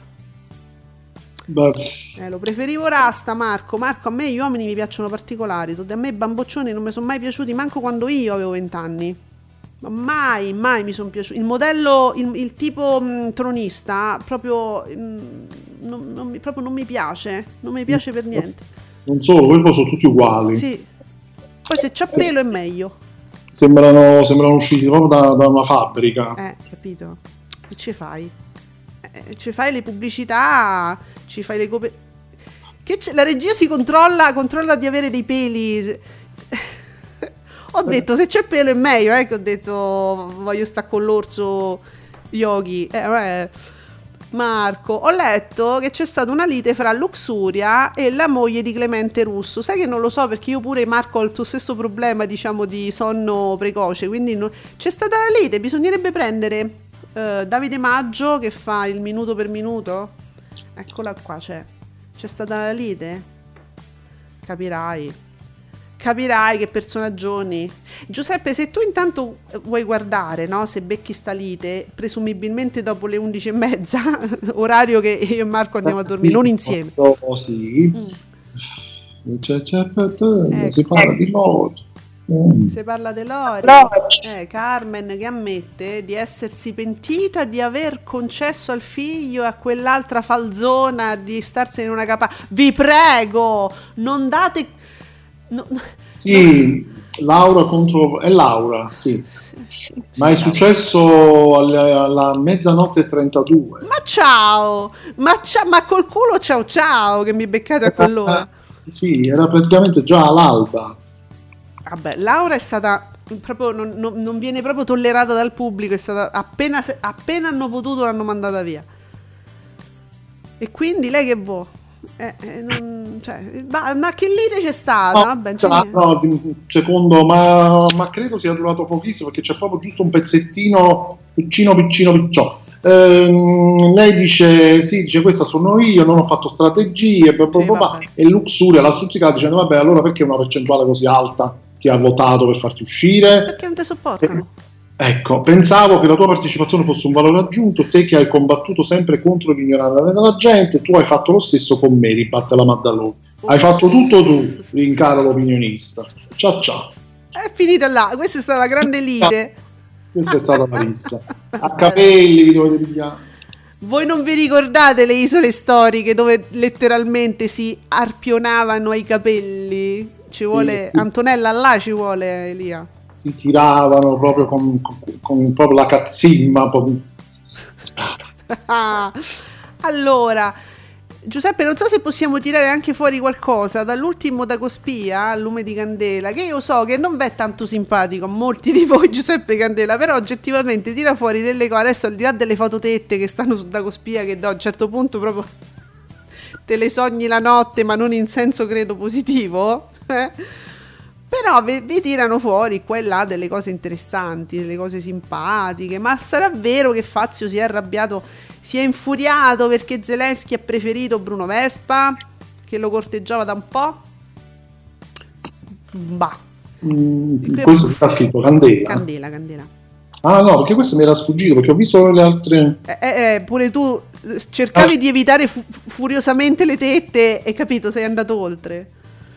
lo preferivo Rasta, Marco, a me gli uomini mi piacciono particolari, a me i bamboccioni non mi sono mai piaciuti manco quando io avevo 20 anni, mai mi sono piaciuti. Il modello, il tipo tronista proprio non mi piace, non mi piace per niente. Non solo, quelli sono tutti uguali. Sì, poi se c'ha pelo è meglio. Sembrano usciti proprio da una fabbrica. Capito? Che ci fai? Ci fai le pubblicità, ci fai le copie. La regia si controlla di avere dei peli. Ho detto se c'è pelo è meglio, che ho detto voglio stare con l'orso Yogi. Marco, ho letto che c'è stata una lite fra Luxuria e la moglie di Clemente Russo. Sai che non lo so, perché io pure, Marco, ho il tuo stesso problema, diciamo, di sonno precoce, quindi c'è stata la lite, bisognerebbe prendere Davide Maggio che fa il minuto per minuto, eccola qua, c'è stata la lite, capirai che personaggioni. Giuseppe, se tu intanto vuoi guardare, no, se becchi sta lite, presumibilmente dopo le 11:30, orario che io e Marco andiamo a dormire, non insieme. Si parla di loro. Si parla dell'Ori. Carmen che ammette di essersi pentita di aver concesso al figlio e a quell'altra falzona di starsene in una capa. Vi prego, non date. Laura contro. È Laura, sì. Ma è successo alla 00:32. Ma ciao, ma col culo ciao che mi beccate a quell'ora. Sì, era praticamente già all'alba. Vabbè, Laura è stata proprio non viene proprio tollerata dal pubblico, è stata appena hanno potuto l'hanno mandata via. E quindi lei che vuoi? Ma che lite c'è stata? Secondo, ma credo sia durato pochissimo, perché c'è proprio giusto un pezzettino piccino. Lei dice questa sono io, non ho fatto strategie, e Luxuria la stuzzica dicendo vabbè, allora perché una percentuale così alta ti ha votato per farti uscire? Perché non ti sopportano. Ecco, pensavo che la tua partecipazione fosse un valore aggiunto, te che hai combattuto sempre contro l'ignoranza della gente, tu hai fatto lo stesso con me, ribatte la Maddaloni. Hai fatto tutto tu, rincara l'opinionista. Ciao. È finita là, questa è stata la grande lite. Questa è stata la rissa. A capelli vi dovete pigliare. Voi non vi ricordate le isole storiche dove letteralmente si arpionavano ai capelli? Ci vuole Antonella, là ci vuole Elia. si tiravano proprio con proprio la cazzimma. Allora, Giuseppe, non so se possiamo tirare anche fuori qualcosa dall'ultimo Dagospia, Lume di Candela, che io so che non v'è tanto simpatico a molti di voi, Giuseppe Candela, però oggettivamente tira fuori delle cose, adesso al di là delle fototette che stanno su Dagospia, che da un certo punto proprio te le sogni la notte, ma non in senso credo positivo, però vi tirano fuori qua e là delle cose interessanti, delle cose simpatiche. Ma sarà vero che Fazio si è arrabbiato, si è infuriato perché Zelensky ha preferito Bruno Vespa, che lo corteggiava da un po'? Bah. Questo sta scritto Candela. Candela. Ah no, perché questo mi era sfuggito, perché ho visto le altre... Pure tu cercavi di evitare furiosamente le tette e capito, sei andato oltre.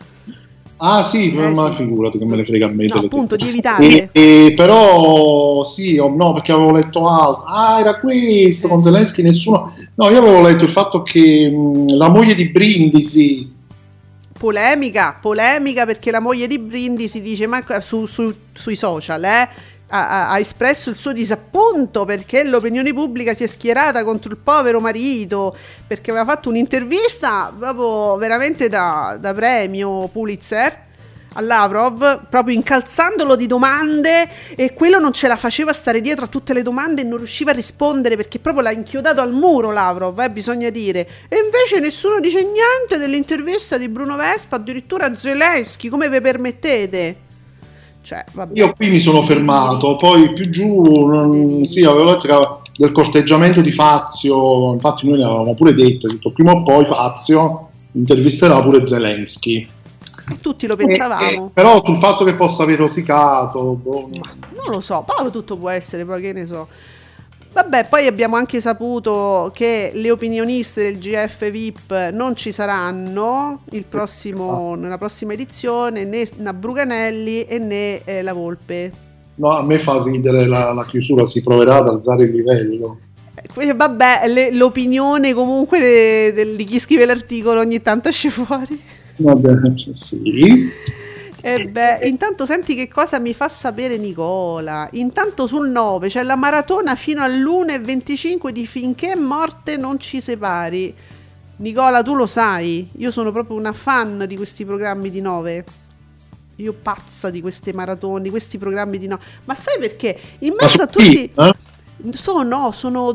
Ah sì, ma figurati che me ne frega a me. No, appunto, di evitare. Però sì, no, perché avevo letto altro. Ah, era questo, con Zelensky nessuno... No, io avevo letto il fatto che la moglie di Brindisi... Polemica, perché la moglie di Brindisi dice, ma sui social, ha espresso il suo disappunto perché l'opinione pubblica si è schierata contro il povero marito, perché aveva fatto un'intervista proprio veramente da premio Pulitzer a Lavrov, proprio incalzandolo di domande, e quello non ce la faceva stare dietro a tutte le domande e non riusciva a rispondere perché proprio l'ha inchiodato al muro Lavrov, bisogna dire. E invece nessuno dice niente dell'intervista di Bruno Vespa, addirittura Zelensky, come vi permettete? Cioè, vabbè. Io qui mi sono fermato, poi più giù sì, avevo letto del corteggiamento di Fazio, infatti noi ne avevamo pure detto prima o poi Fazio intervisterà pure Zelensky. Tutti lo pensavamo. Però sul fatto che possa aver rosicato non lo so, poi tutto può essere, poi che ne so. Vabbè, poi abbiamo anche saputo che le opinioniste del GF VIP non ci saranno nella prossima edizione, né Bruganelli e né la Volpe. No, a me fa ridere la chiusura, si proverà ad alzare il livello. Vabbè, l'opinione comunque di chi scrive l'articolo ogni tanto esce fuori. Vabbè, sì. Intanto senti che cosa mi fa sapere Nicola. Intanto sul 9 c'è la maratona fino all'1:25 di Finché morte non ci separi. Nicola, tu lo sai, io sono proprio una fan di questi programmi di 9. Io pazza di queste maratone, di questi programmi di 9. Ma sai perché? In mezzo a tutti sono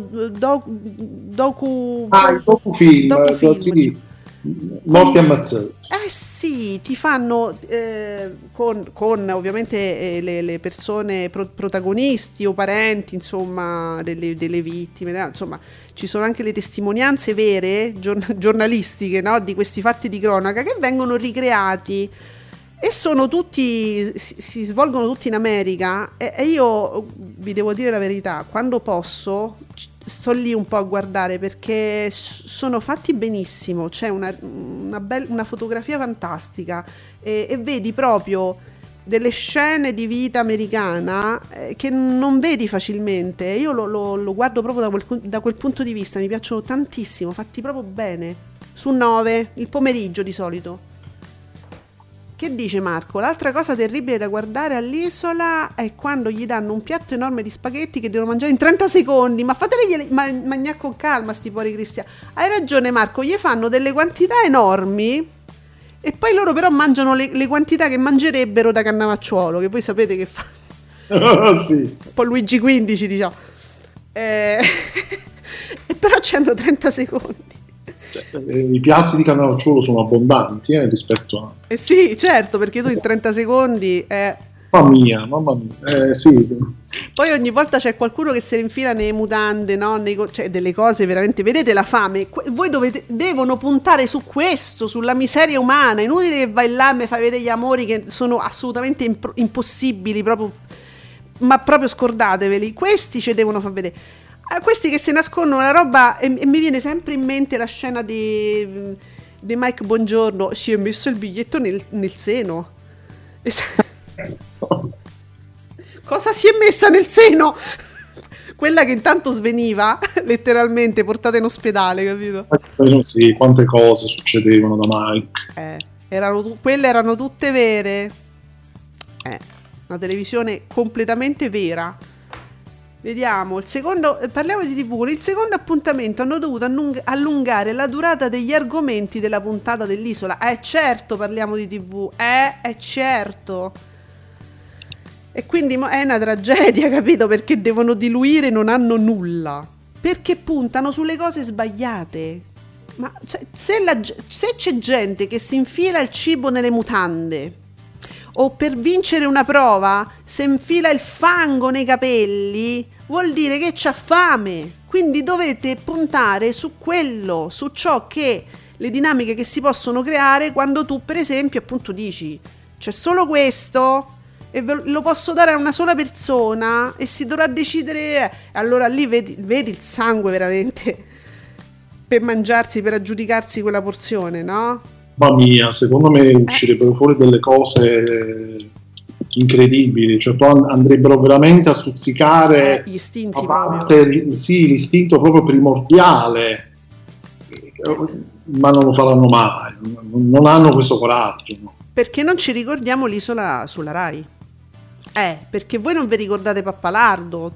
docufilm, sì. Morti ammazzati. Sì, ti fanno con ovviamente le persone protagonisti o parenti, insomma, delle vittime, insomma, ci sono anche le testimonianze vere, giornalistiche, no, di questi fatti di cronaca che vengono ricreati e sono tutti, si svolgono tutti in America e io vi devo dire la verità, quando posso sto lì un po' a guardare perché sono fatti benissimo, c'è una fotografia fantastica e vedi proprio delle scene di vita americana che non vedi facilmente. Io lo guardo proprio da quel punto di vista, mi piacciono tantissimo, fatti proprio bene. Su 9 il pomeriggio di solito. Che dice Marco? L'altra cosa terribile da guardare all'isola è quando gli danno un piatto enorme di spaghetti che devono mangiare in 30 secondi. Ma fateli mangiare con calma sti poveri cristiani. Hai ragione Marco, gli fanno delle quantità enormi e poi loro però mangiano le quantità che mangerebbero da Cannavacciuolo, che voi sapete che fa. Sì. Un po' Luigi XV, diciamo. E però c'hanno 30 secondi. I piatti di Cannavacciuolo sono abbondanti rispetto a... sì, certo, perché tu in 30 secondi mamma mia, sì. Poi ogni volta c'è qualcuno che si rinfila nelle mutande, no? Cioè delle cose veramente, vedete la fame, voi devono puntare su questo, sulla miseria umana. Inutile che vai là e mi fai vedere gli amori che sono assolutamente impossibili, proprio, ma proprio scordateveli, questi ci devono far vedere. Questi che si nascondono la roba, e mi viene sempre in mente la scena di Mike Bongiorno, si è messo il biglietto nel seno. Cosa si è messa nel seno? Quella che intanto sveniva, letteralmente portata in ospedale, capito? Sì, quante cose succedevano da Mike. Quelle erano tutte vere. una televisione completamente vera. Vediamo, parliamo di TV. Con il secondo appuntamento hanno dovuto allungare la durata degli argomenti della puntata dell'Isola. Certo, parliamo di TV, certo. E quindi è una tragedia, capito? Perché devono diluire, non hanno nulla. Perché puntano sulle cose sbagliate. Ma se c'è gente che si infila il cibo nelle mutande, o per vincere una prova si infila il fango nei capelli, vuol dire che c'ha fame. Quindi dovete puntare su quello, su ciò che le dinamiche che si possono creare quando tu, per esempio, appunto dici c'è solo questo e lo posso dare a una sola persona e si dovrà decidere. Allora lì vedi il sangue veramente per mangiarsi, per aggiudicarsi quella porzione, no? Mamma mia, secondo me uscirebbero fuori delle cose incredibili, cioè poi andrebbero veramente a stuzzicare gli istinti l'istinto proprio primordiale, ma non lo faranno mai, non hanno questo coraggio, no? Perché non ci ricordiamo l'Isola sulla Rai? Perché voi non vi ricordate Pappalardo?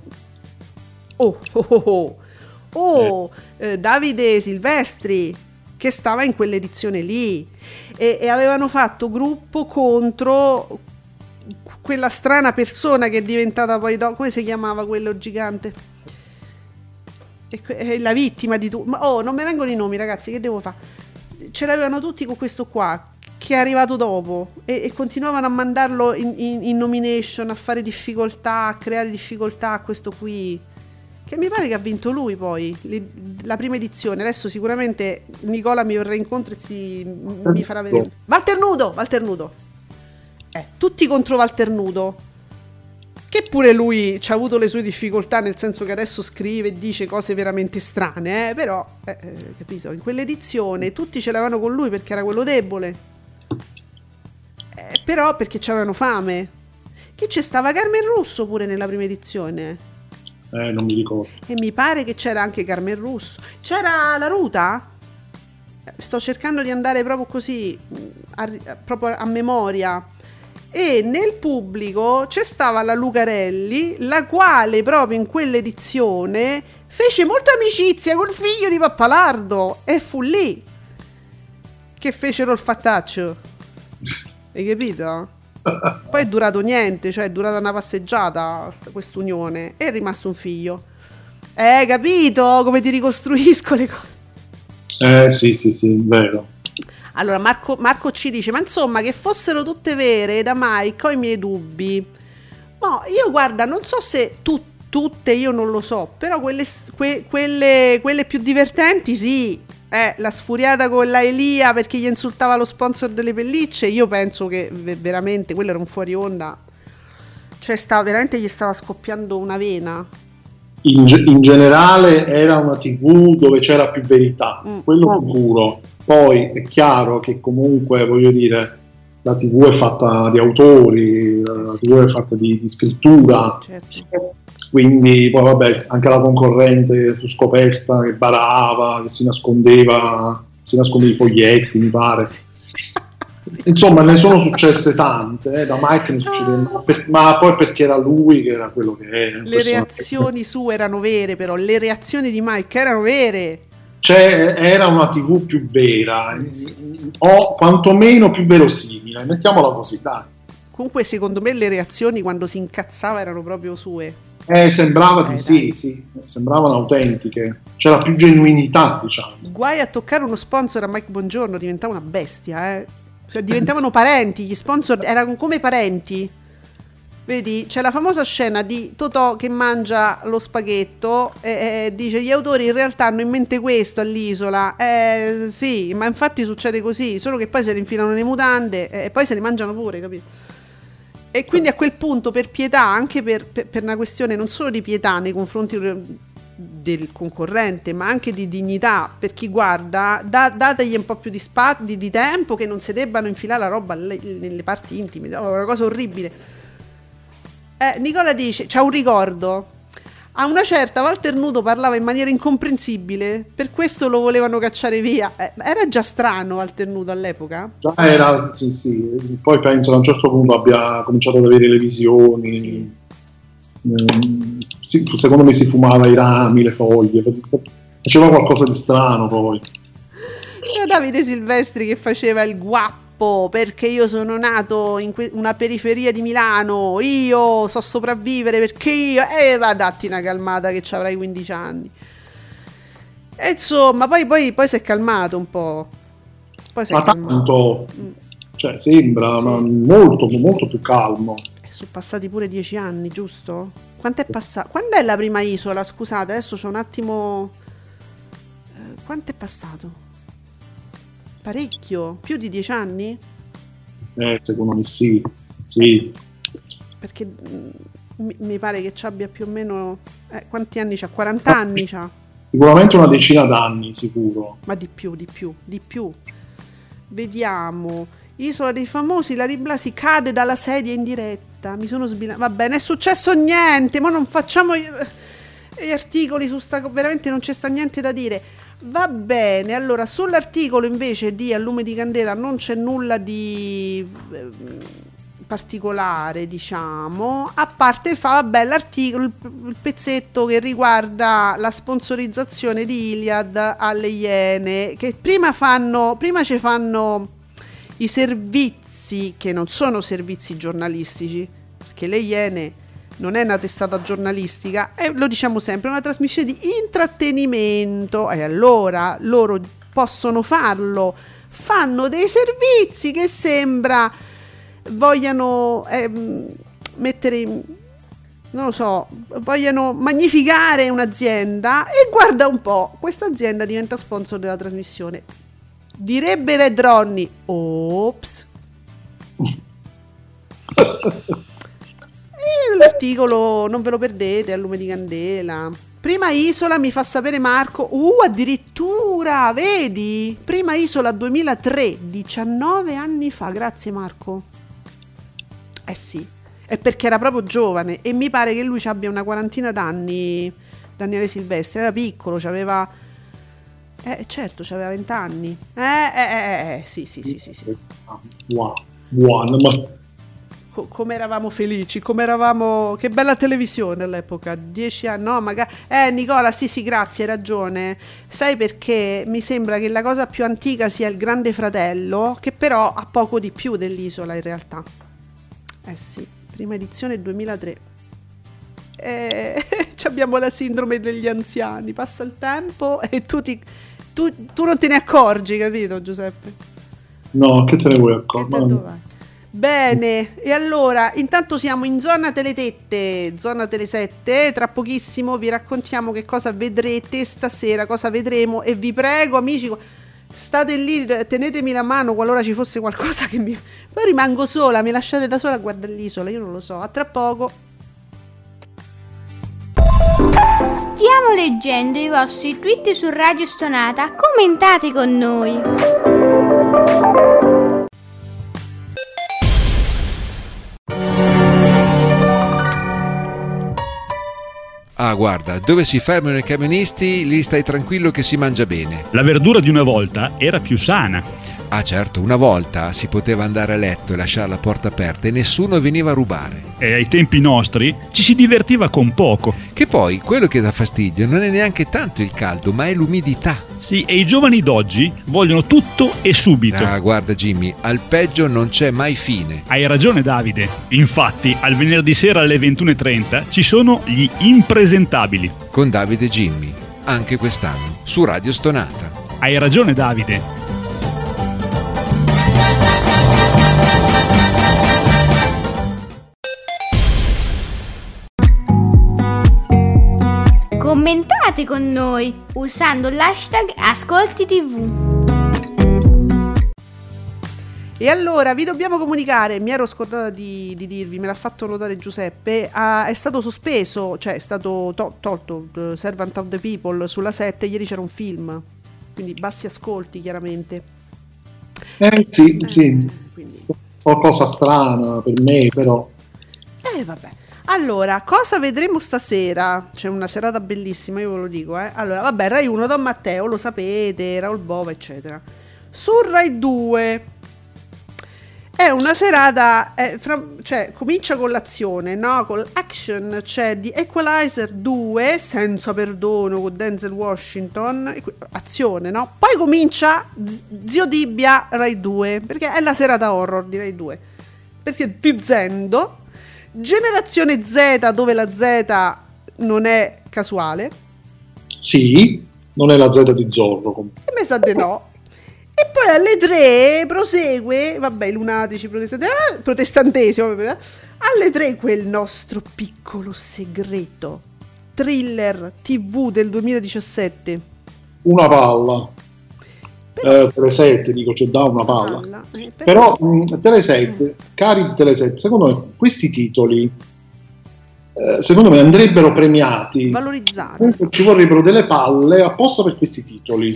Davide Silvestri, che stava in quell'edizione lì, e avevano fatto gruppo contro quella strana persona che è diventata poi come si chiamava quello gigante? È la vittima di tutto. Non mi vengono i nomi, ragazzi, che devo fare? Ce l'avevano tutti con questo qua che è arrivato dopo e continuavano a mandarlo in nomination, a fare difficoltà, a creare difficoltà a questo qui, che mi pare che ha vinto lui poi la prima edizione. Adesso sicuramente Nicola mi verrà incontro e mi farà vedere. Walter Nudo. Tutti contro Walter Nudo, che pure lui ci ha avuto le sue difficoltà, nel senso che adesso scrive e dice cose veramente strane, però capito, in quell'edizione tutti ce l'avevano con lui perché era quello debole, però perché c'avevano fame. Che c'è stava Carmen Russo pure nella prima edizione, non mi ricordo, e mi pare che c'era anche Carmen Russo, c'era la Ruta. Sto cercando di andare proprio così proprio a memoria. E nel pubblico c'è stava la Lucarelli, la quale proprio in quell'edizione fece molta amicizia col figlio di Pappalardo, e fu lì che fecero il fattaccio, hai capito? Poi è durato niente, cioè è durata una passeggiata quest'unione e è rimasto un figlio. Capito come ti ricostruisco le cose? Sì, vero. Allora Marco ci dice: ma insomma, che fossero tutte vere, da Mike ho i miei dubbi. No, io guarda, non so se tutte, io non lo so, però quelle più divertenti sì. La sfuriata con la Elia perché gli insultava lo sponsor delle pellicce, io penso che veramente quello era un fuori onda, cioè veramente gli stava scoppiando una vena. In generale era una TV dove c'era più verità, quello sicuro. Poi è chiaro che comunque, voglio dire, la TV è fatta di autori, la TV è fatta di scrittura, certo. Quindi poi vabbè, anche la concorrente fu scoperta che barava, che si nascondeva i foglietti, mi pare. Insomma, ne sono successe tante, da Mike ne succedevano, ma poi perché era lui che era quello che era. Le reazioni sue erano vere, però le reazioni di Mike erano vere. Cioè, era una TV più vera, o quantomeno più verosimile, mettiamola così, dai. Comunque, secondo me, le reazioni quando si incazzava erano proprio sue. Sembrava di sì, sembravano autentiche, c'era più genuinità, diciamo. Guai a toccare uno sponsor a Mike Bongiorno, diventava una bestia, Cioè, diventavano parenti, gli sponsor erano come parenti. Vedi, c'è la famosa scena di Totò che mangia lo spaghetto e dice: gli autori in realtà hanno in mente questo all'Isola. Sì, ma infatti succede così, solo che poi se li infilano le mutande e poi se li mangiano pure, capito? E quindi a quel punto, per pietà, anche per una questione non solo di pietà nei confronti del concorrente, ma anche di dignità per chi guarda, dategli un po' più di tempo, che non si debbano infilare la roba nelle parti intime, è una cosa orribile. Nicola dice: c'ha un ricordo. A una certa Walter Nudo parlava in maniera incomprensibile, per questo lo volevano cacciare via. Era già strano Walter Nudo all'epoca? Già era, sì. Poi penso che a un certo punto abbia cominciato ad avere le visioni. Sì, secondo me si fumava i rami, le foglie, faceva qualcosa di strano poi. C'era Davide Silvestri che faceva il guappo, perché io sono nato in una periferia di Milano, io so sopravvivere perché io... va datti una calmata che ci avrai 15 anni. E insomma, poi si è calmato un po'. Tanto, cioè sembra ma molto, molto più calmo. Sono passati pure 10 anni, giusto? Quanto è passato? Quando è la prima isola? Scusate, adesso c'ho un attimo... quanto è passato? Parecchio? Più di 10 anni? Secondo me sì. Perché mi pare che ci abbia più o meno... quanti anni c'ha? 40 anni c'ha? Sicuramente una decina d'anni, sicuro. Ma di più. Vediamo... Isola dei Famosi, Larry Blasi cade dalla sedia in diretta. Mi sono sbilanciata. Vabbè, non è successo niente. Ma non facciamo gli articoli su sta... Veramente non c'è sta niente da dire. Va bene, allora sull'articolo invece di A Lume di Candela non c'è nulla di particolare, diciamo, a parte l'articolo, il pezzetto che riguarda la sponsorizzazione di Iliad alle Iene, che prima ci fanno i servizi che non sono servizi giornalistici, perché le Iene non è una testata giornalistica, lo diciamo sempre, è una trasmissione di intrattenimento, e allora loro possono farlo, fanno dei servizi che sembra vogliano mettere, non lo so, vogliano magnificare un'azienda, e guarda un po', questa azienda diventa sponsor della trasmissione. Direbbe Red Ronnie, ops. E l'articolo non ve lo perdete, A Lume di Candela. Prima Isola, mi fa sapere Marco, addirittura, vedi? Prima Isola 2003, 19 anni fa, grazie Marco. Sì, è perché era proprio giovane, e mi pare che lui ci abbia una quarantina d'anni, Daniele Silvestri, era piccolo, c'aveva... certo, c'aveva 20 anni. Sì. Wow. Come eravamo felici, che bella televisione all'epoca, 10 anni, no, magari... Nicola, sì, grazie, hai ragione. Sai perché mi sembra che la cosa più antica sia il Grande Fratello, che però ha poco di più dell'Isola in realtà. Sì, prima edizione 2003. Abbiamo la sindrome degli anziani, passa il tempo e tu non te ne accorgi, capito Giuseppe? No, che te ne vuoi accorgere? Bene, e allora intanto siamo in zona Teletette, zona Tele7, tra pochissimo vi raccontiamo che cosa vedrete stasera, cosa vedremo, e vi prego amici, state lì, tenetemi la mano qualora ci fosse qualcosa che mi... Poi rimango sola, mi lasciate da sola a guardare l'isola, io non lo so, a tra poco. Stiamo leggendo i vostri tweet su Radio Stonata, commentate con noi. Ah, guarda, dove si fermano i camionisti, lì stai tranquillo che si mangia bene. La verdura di una volta era più sana. Ah, certo, una volta si poteva andare a letto e lasciare la porta aperta e nessuno veniva a rubare. E ai tempi nostri ci si divertiva con poco. Che poi, quello che dà fastidio non è neanche tanto il caldo, ma è l'umidità. Sì, e i giovani d'oggi vogliono tutto e subito. Ah, guarda Jimmy, al peggio non c'è mai fine. Hai ragione Davide. Infatti, al venerdì sera alle 21:30 ci sono gli impresentabili. Con Davide e Jimmy, anche quest'anno, su Radio Stonata. Hai ragione Davide. Commentate con noi usando l'hashtag Ascolti TV. E allora vi dobbiamo comunicare, mi ero scordata di dirvi, me l'ha fatto notare Giuseppe, è stato sospeso, cioè è stato tolto Servant of the People sulla 7, ieri c'era un film, quindi bassi ascolti chiaramente. Sì, quindi. Qualcosa strana per me, però. Vabbè. Allora, cosa vedremo stasera? C'è una serata bellissima, io ve lo dico, Allora, vabbè, Rai 1, Don Matteo, lo sapete, Raul Bova, eccetera. Su Rai 2 è una serata, cioè comincia con l'azione, no? Con l'action, c'è The Equalizer 2, senza perdono, con Denzel Washington, azione, no? Poi comincia Zio Dibbia Rai 2, perché è la serata horror di Rai 2, perché Zendo, Generazione Z, dove la Z non è casuale. Sì, non è la Z di Zorro. Comunque. E me sa di no. E poi alle 3 prosegue, vabbè, i lunatici protestantesimo, alle 3 quel nostro piccolo segreto, thriller TV del 2017. Una palla. Tele7, dico, c'è da una palla. Però Tele7, cari Tele7, secondo me questi titoli secondo me andrebbero premiati, valorizzati. Ci vorrebbero delle palle apposta per questi titoli.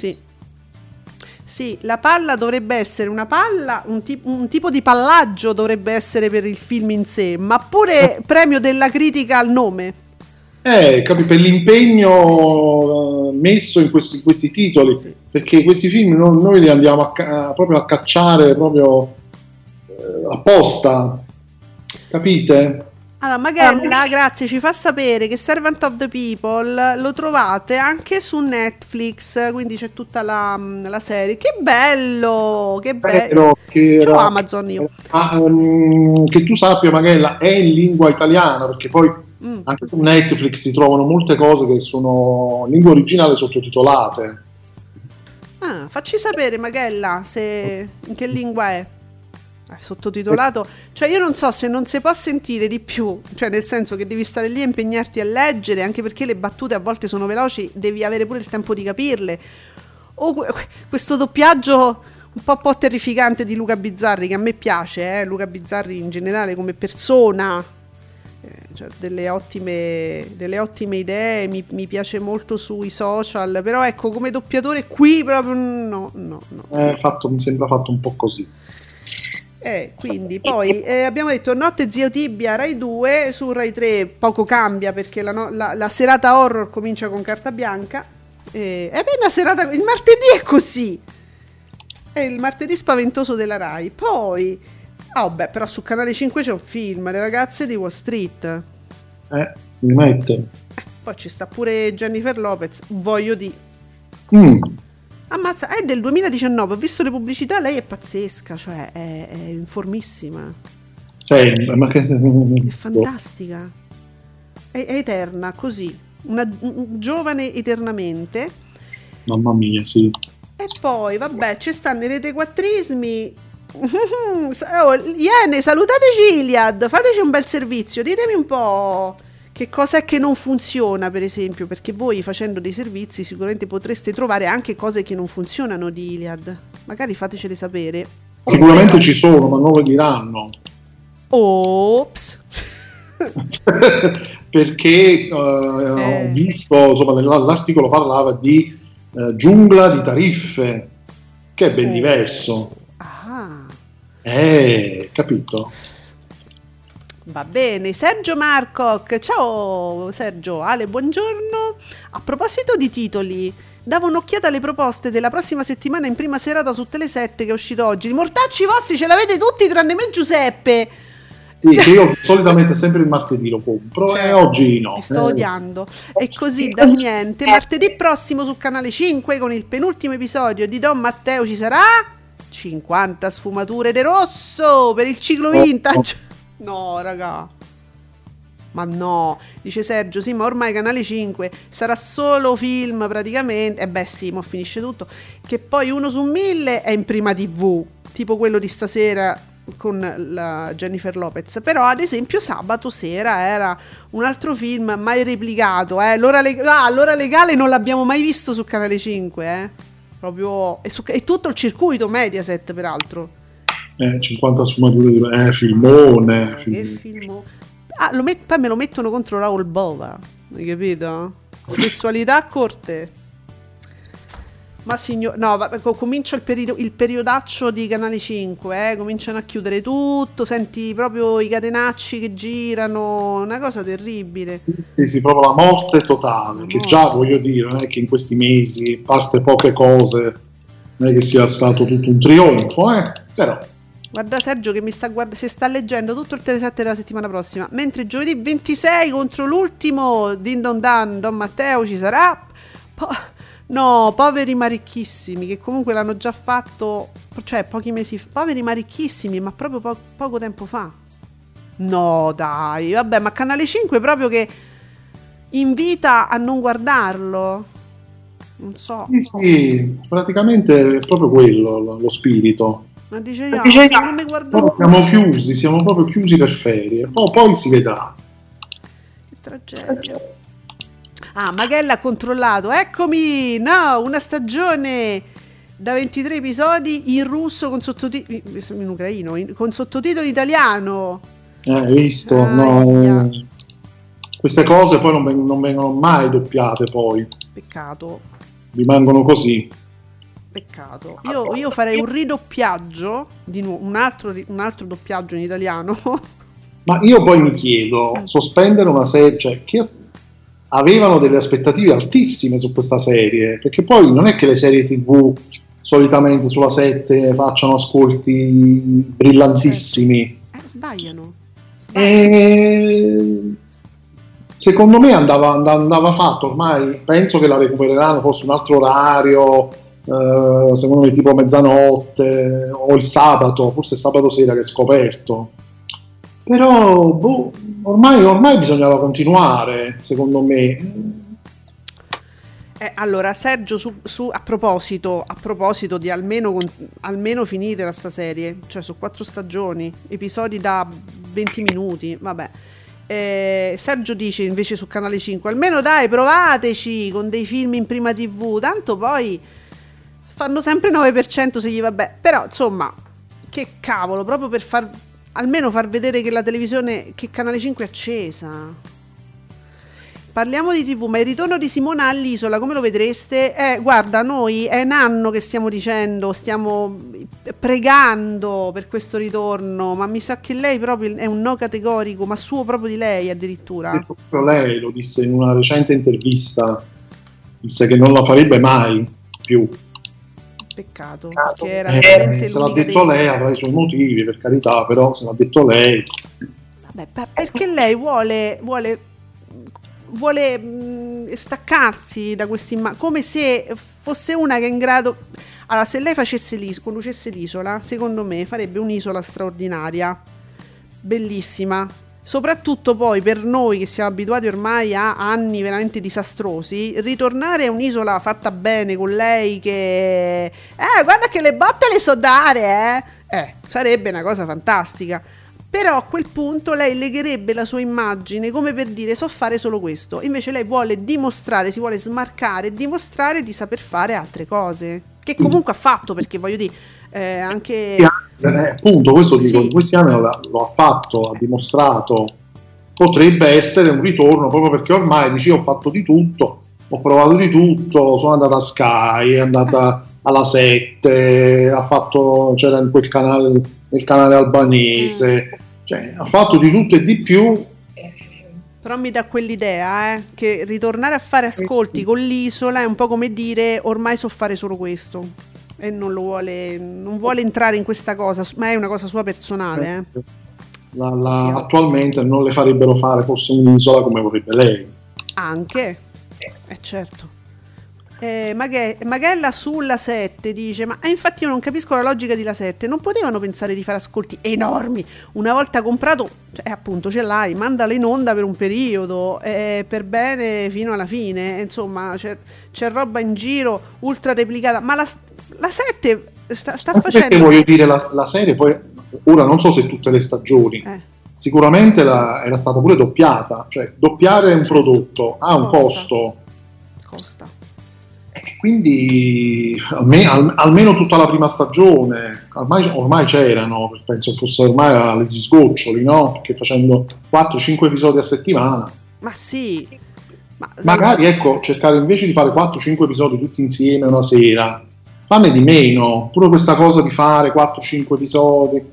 Sì, la palla dovrebbe essere una palla, un tipo di pallaggio dovrebbe essere per il film in sé, ma pure premio della critica al nome. Per l'impegno messo in questi titoli, perché questi film noi li andiamo proprio a cacciare proprio apposta, capite? Allora, Maghella, grazie, ci fa sapere che Servant of the People lo trovate anche su Netflix, quindi c'è tutta la serie. Che bello, che bello. C'ho Amazon io. Che tu sappia, Maghella, è in lingua italiana, perché poi anche su Netflix si trovano molte cose che sono in lingua originale sottotitolate. Facci sapere, Maghella, in che lingua è. Sottotitolato, cioè io non so se non si può sentire di più, cioè nel senso che devi stare lì a impegnarti a leggere, anche perché le battute a volte sono veloci, devi avere pure il tempo di capirle, o questo doppiaggio un po' terrificante di Luca Bizzarri, che a me piace, Luca Bizzarri in generale come persona, cioè delle ottime idee, mi piace molto sui social, però ecco, come doppiatore qui proprio no. Mi sembra fatto un po' così. Quindi poi abbiamo detto Notte Zio Tibia Rai 2, su Rai 3 poco cambia perché la serata horror comincia con Carta Bianca, la serata, il martedì è così, è il martedì spaventoso della Rai. Poi però su Canale 5 c'è un film, Le ragazze di Wall Street, mi mette. Poi ci sta pure Jennifer Lopez, voglio dire. Ammazza, è del 2019, ho visto le pubblicità, lei è pazzesca, cioè è informissima. È fantastica. È eterna, così. Una giovane eternamente. Mamma mia, sì. E poi, vabbè, ci stanno i retequattrismi. Iene, salutate Gilead, fateci un bel servizio, ditemi un po' che cosa è che non funziona, per esempio, perché voi facendo dei servizi sicuramente potreste trovare anche cose che non funzionano di Iliad. Magari fatecele sapere. Sicuramente ci sono, ma non lo diranno. Ops. Perché ho visto, insomma, l'articolo parlava di giungla di tariffe, che è ben diverso. Capito? Va bene, Sergio Marcoc, ciao Sergio, Ale, buongiorno. A proposito di titoli, davo un'occhiata alle proposte della prossima settimana in prima serata su Tele7 che è uscito oggi. I mortacci vostri ce l'avete tutti tranne me Giuseppe. Sì, che io solitamente sempre il martedì lo compro, e oggi no. Mi sto odiando. E così da niente, martedì prossimo su Canale 5 con il penultimo episodio di Don Matteo ci sarà 50 sfumature de rosso per il ciclo vintage. No, raga. Ma no, dice Sergio, sì, ma ormai Canale 5 sarà solo film praticamente. Sì, mo finisce tutto. Che poi 1 su 1000 è in prima TV, tipo quello di stasera con la Jennifer Lopez. Però ad esempio sabato sera era un altro film mai replicato, L'ora legale non l'abbiamo mai visto su Canale 5, proprio è tutto il circuito Mediaset, peraltro. 50 sfumature di filmone. Che filmo. Poi me lo mettono contro Raul Bova, hai capito? Sessualità a corte. Ma signor, no, comincia il periodaccio di Canale 5, cominciano a chiudere tutto, senti proprio i catenacci che girano, una cosa terribile. Sì, proprio la morte totale, che già voglio dire, non è che in questi mesi, a parte poche cose, non è che sia stato tutto un trionfo, però. Guarda Sergio che mi sta si sta leggendo tutto il Telesette della settimana prossima, mentre giovedì 26 contro l'ultimo Din Don Dan, Don Matteo ci sarà... No, poveri ma ricchissimi, che comunque l'hanno già fatto, cioè pochi mesi fa. Poveri ma ricchissimi, ma proprio poco tempo fa. No dai, vabbè, ma Canale 5 proprio che invita a non guardarlo. Non so. Sì, praticamente è proprio quello lo spirito. Ma dice io, non mi guardo. Siamo proprio chiusi per ferie, poi si vedrà. Che tragedia. Ah, Magella ha controllato, eccomi, no, una stagione da 23 episodi in russo con sottotitoli, in ucraino, con sottotitoli italiano. Hai visto? No, queste cose poi non vengono mai doppiate poi. Peccato. Rimangono così. Peccato. Io farei un ridoppiaggio, di nuovo, un altro doppiaggio in italiano. Ma io poi mi chiedo, sospendere una serie, cioè che avevano delle aspettative altissime su questa serie, perché poi non è che le serie TV solitamente sulla 7 facciano ascolti brillantissimi. Sbagliano. Secondo me andava fatto, ormai penso che la recupereranno forse un altro orario, secondo me tipo mezzanotte o il sabato, forse sabato sera che è scoperto. Però ormai bisognava continuare, secondo me. Allora Sergio, a proposito di almeno finitela sta serie, cioè su 4 stagioni, episodi da 20 minuti, vabbè. Sergio dice invece su Canale 5, almeno dai, provateci con dei film in prima TV, tanto poi fanno sempre 9% se gli va bene. Però insomma, che cavolo, proprio per almeno far vedere che la televisione, che Canale 5 è accesa. Parliamo di TV, ma il ritorno di Simona all'isola, come lo vedreste? Guarda, noi è un anno che stiamo dicendo, stiamo pregando per questo ritorno, ma mi sa che lei proprio è un no categorico, ma suo proprio di lei addirittura. Proprio lei lo disse in una recente intervista, disse che non la farebbe mai più. Peccato, perché era veramente se l'ha detto lei avrà i suoi motivi, per carità, però se l'ha detto lei. Vabbè, perché lei vuole staccarsi da questi come se fosse una che è in grado. Allora, se lei conducesse l'isola, secondo me farebbe un'isola straordinaria, bellissima. Soprattutto poi per noi che siamo abituati ormai a anni veramente disastrosi, ritornare a un'isola fatta bene con lei che guarda che le botte le so dare, sarebbe una cosa fantastica. Però a quel punto lei legherebbe la sua immagine come per dire so fare solo questo. Invece lei vuole dimostrare, si vuole smarcare e dimostrare di saper fare altre cose, che comunque ha fatto, perché voglio dire anche appunto questo dico, in questi anni lo ha fatto, ha dimostrato. Potrebbe essere un ritorno proprio perché ormai dici ho fatto di tutto, ho provato di tutto, sono andata a Sky, è andata alla 7, c'era in quel canale, nel canale albanese, cioè ha fatto di tutto e di più. Però mi dà quell'idea che ritornare a fare ascolti con l'isola è un po' come dire ormai so fare solo questo, e non vuole entrare in questa cosa, ma è una cosa sua personale. Attualmente non le farebbero fare forse un'isola come vorrebbe lei. Anche, certo. Magella sulla 7 dice ma infatti io non capisco la logica di La 7, non potevano pensare di fare ascolti enormi una volta comprato, appunto ce l'hai, mandala in onda per un periodo, per bene fino alla fine, insomma c'è roba in giro ultra replicata, ma la 7 sta facendo, perché voglio dire la serie poi ora non so se tutte le stagioni sicuramente era stata pure doppiata, cioè doppiare un prodotto ha un costa. Quindi almeno tutta la prima stagione ormai c'erano, penso fosse ormai agli sgoccioli, no? Perché facendo 4-5 episodi a settimana. Ma sì, magari ecco, cercare invece di fare 4-5 episodi tutti insieme una sera, fanne di meno, pure questa cosa di fare 4-5 episodi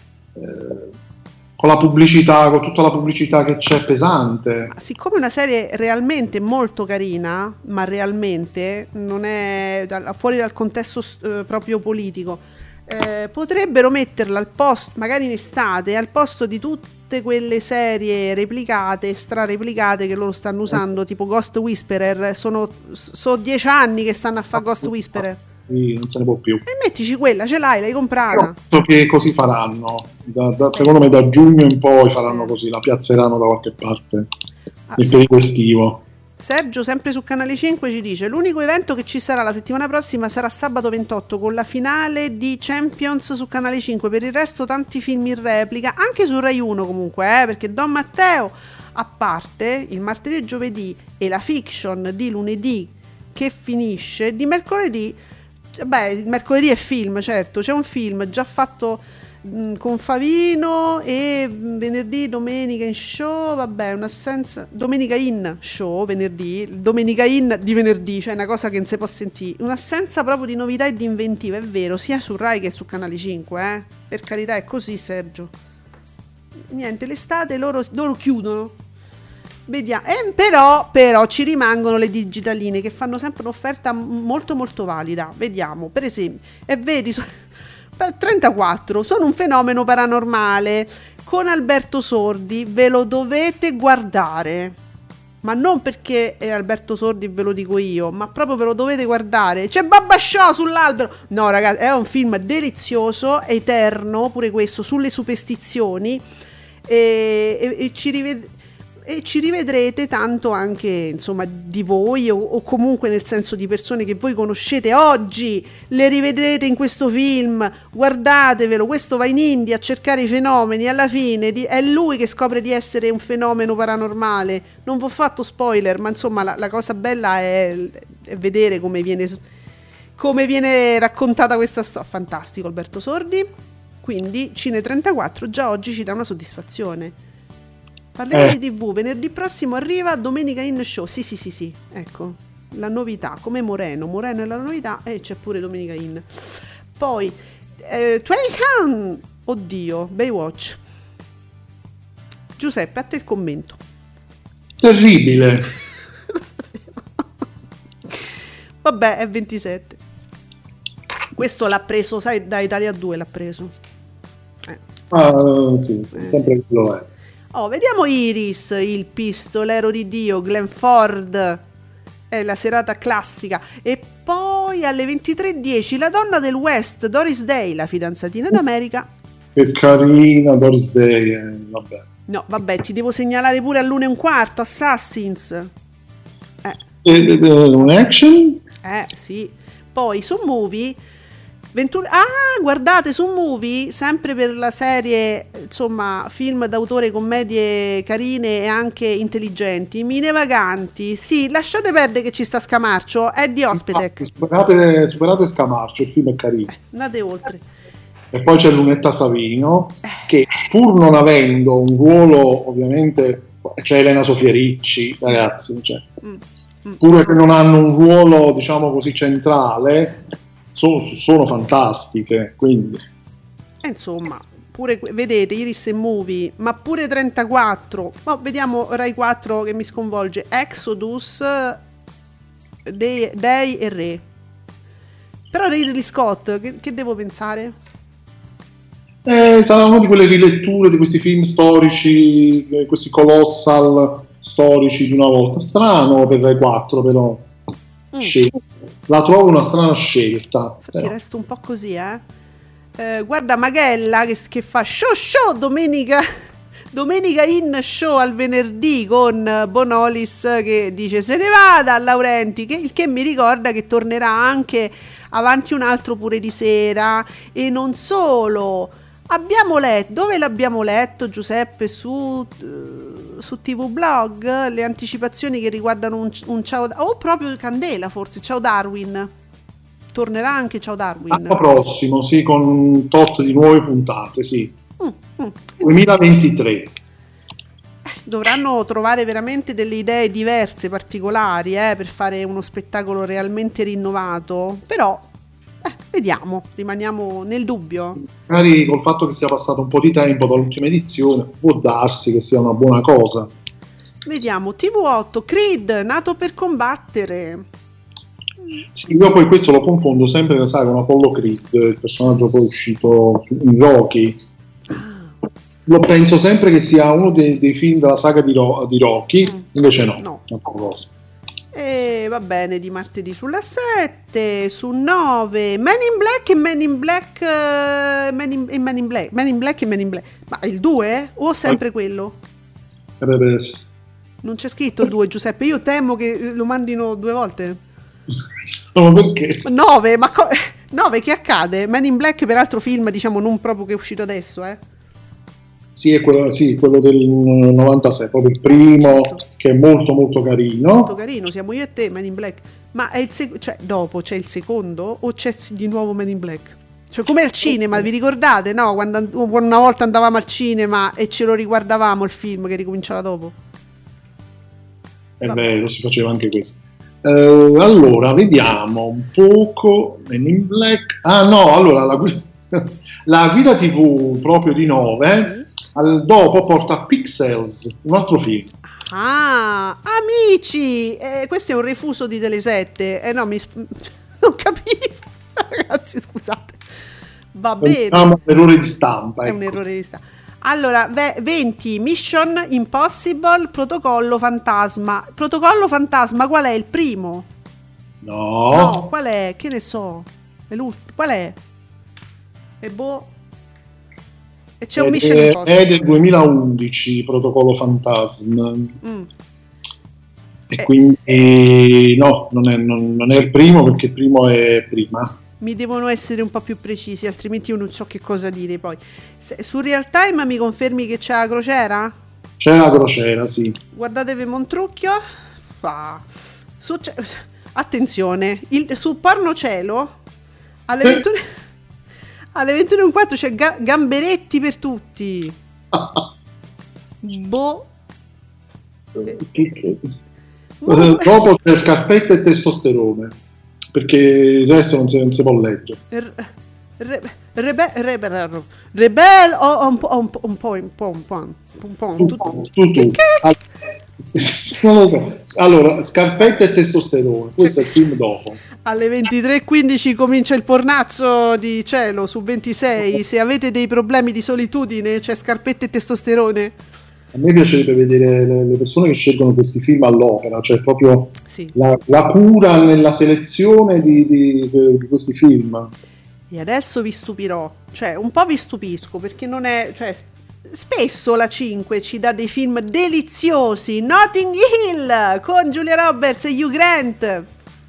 con la pubblicità, con tutta la pubblicità che c'è pesante. Siccome è una serie realmente molto carina, ma realmente non è fuori dal contesto proprio politico, potrebbero metterla al posto, magari in estate, al posto di tutte quelle serie replicate, strareplicate che loro stanno usando, tipo Ghost Whisperer. Sono 10 anni che stanno a fare Ghost Whisperer. Sì, non se ne può più. E mettici quella, ce l'hai comprata. Penso che così faranno. Secondo me da giugno in poi faranno così, la piazzeranno da qualche parte nel periodo estivo. Sergio, sempre su Canale 5, ci dice: l'unico evento che ci sarà la settimana prossima sarà sabato 28 con la finale di Champions su Canale 5. Per il resto tanti film in replica, anche su Rai 1 comunque, perché Don Matteo, a parte il martedì e giovedì e la fiction di lunedì che finisce, di mercoledì, il mercoledì è film, certo, c'è un film già fatto con Favino, e venerdì, domenica in show, un'assenza, domenica in show, venerdì, domenica in di venerdì, cioè una cosa che non si può sentire, un'assenza proprio di novità e di inventiva, è vero, sia su Rai che su Canale 5, per carità, è così, Sergio. Niente, l'estate loro chiudono. Vediamo. Però ci rimangono le digitaline che fanno sempre un'offerta molto molto valida. Vediamo, per esempio, e vedi 34, sono un fenomeno paranormale con Alberto Sordi, ve lo dovete guardare, ma non perché è Alberto Sordi ve lo dico io, ma proprio ve lo dovete guardare. C'è Babba Show sull'albero, no ragazzi, è un film delizioso, eterno pure questo, sulle superstizioni, e ci rivedrete tanto anche, insomma, di voi o comunque nel senso di persone che voi conoscete oggi, le rivedrete in questo film. Guardatevelo, questo va in India a cercare i fenomeni, alla fine è lui che scopre di essere un fenomeno paranormale. Non vi ho fatto spoiler, ma insomma la cosa bella è vedere come viene raccontata questa storia. Fantastico Alberto Sordi, quindi Cine 34 già oggi ci dà una soddisfazione. Parliamo di TV, venerdì prossimo arriva Domenica in Show, sì, ecco, la novità, come Moreno è la novità, e c'è pure Domenica in. Poi, 20 oddio, Baywatch. Giuseppe, a te il commento. Terribile. Vabbè, è 27. Questo l'ha preso, sai, da Italia 2 l'ha preso. Sì, sempre quello è. Vediamo Iris, il pistolero di Dio, Glenn Ford, è la serata classica. E poi alle 23:10 La donna del West, Doris Day, la fidanzatina d'America. Che carina Doris Day, vabbè. No, vabbè, ti devo segnalare pure all'1:15 Assassins. Un action? Sì. Poi su Movie 21... guardate su Movie, sempre per la serie, insomma, film d'autore, commedie carine e anche intelligenti, Mine Vaganti. Sì, lasciate perdere che ci sta Scamarcio, è di Ospitec. Superate Scamarcio, il film è carino. Andate oltre. E poi c'è Lunetta Savino, che pur non avendo un ruolo, ovviamente, c'è Elena Sofia Ricci, ragazzi, cioè, pure che non hanno un ruolo, diciamo così, centrale, sono fantastiche, quindi insomma, pure vedete Iris e Movie, ma pure 34. Vediamo Rai 4 che mi sconvolge, Exodus, Dei e Re. Però Ridley Scott, che devo pensare? Sarà una di quelle riletture di questi film storici, questi colossal storici di una volta. Strano per Rai 4, però la trovo una strana scelta. Ti resto un po' così, guarda Magella che fa show domenica in show al venerdì con Bonolis che dice se ne vada a Laurenti, il che mi ricorda che tornerà anche Avanti un altro pure di sera. E non solo, abbiamo letto, dove l'abbiamo letto, Giuseppe? Su TV Blog, le anticipazioni che riguardano un Ciao, o proprio Candela forse, Ciao Darwin. Tornerà anche Ciao Darwin l'anno prossimo, sì, con un tot di nuove puntate, sì. 2023. dovranno trovare veramente delle idee diverse, particolari, per fare uno spettacolo realmente rinnovato, però vediamo, rimaniamo nel dubbio. Magari col fatto che sia passato un po' di tempo dall'ultima edizione può darsi che sia una buona cosa. Vediamo. TV8, Creed, nato per combattere. Sì, io poi questo lo confondo sempre, sai, con Apollo Creed, il personaggio poi uscito in Rocky. Lo penso sempre che sia uno dei film della saga di Rocky, invece no. E va bene, di martedì sulla 7, su 9, Men in Black e Men in Black, Men in Black e Men in Black. Ma il 2? O sempre quello? Non c'è scritto il 2, Giuseppe, io temo che lo mandino 2 volte. No, perché? 9, 9, che accade? Men in Black, peraltro film, diciamo, non proprio che è uscito adesso, Sì, è quello del 96, proprio il primo, che è molto molto carino. Molto carino, siamo io e te, Men in Black. Ma è cioè, dopo c'è il secondo o c'è di nuovo Men in Black? Cioè, come al cinema, vi ricordate, no? Quando una volta andavamo al cinema e ce lo riguardavamo il film che ricominciava dopo. È vero, si faceva anche questo. Allora, vediamo un poco. Men in Black. Ah no, allora la guida TV proprio di 9 dopo porta Pixels, un altro film. Ah, amici, questo è un refuso di Tele7. No, non capivo. Ragazzi, scusate. Va bene. È un errore di stampa. È un errore di stampa. Allora, 20, Mission Impossible, Protocollo Fantasma. Protocollo Fantasma, qual è? Il primo? No, qual è? Che ne so? È l'ultimo. Qual è? E e c'è un Mission Impossible. È del 2011, Protocollo Fantasma. E quindi no, non è il primo, perché il primo è prima. Mi devono essere un po' più precisi, altrimenti io non so che cosa dire poi. Su Real Time mi confermi che c'è la crociera? C'è la crociera, sì. Guardatevi Montrucchio. Attenzione, su Porno Cielo alle 21 alle 21:04 c'è Gamberetti per tutti. Dopo c'è Scarpetta e Testosterone, perché il resto non si può leggere. Rebel o un po'. Non lo so. Allora, Scarpetta e Testosterone, questo è il film dopo. Alle 23:15 comincia il pornazzo di Cielo su 26. Se avete dei problemi di solitudine, c'è Scarpetta e Testosterone. A me piacerebbe vedere le persone che scelgono questi film all'opera, cioè proprio la cura nella selezione di questi film. E adesso vi stupirò, cioè un po' vi stupisco, perché non è, cioè spesso la 5 ci dà dei film deliziosi. Notting Hill con Julia Roberts e Hugh Grant.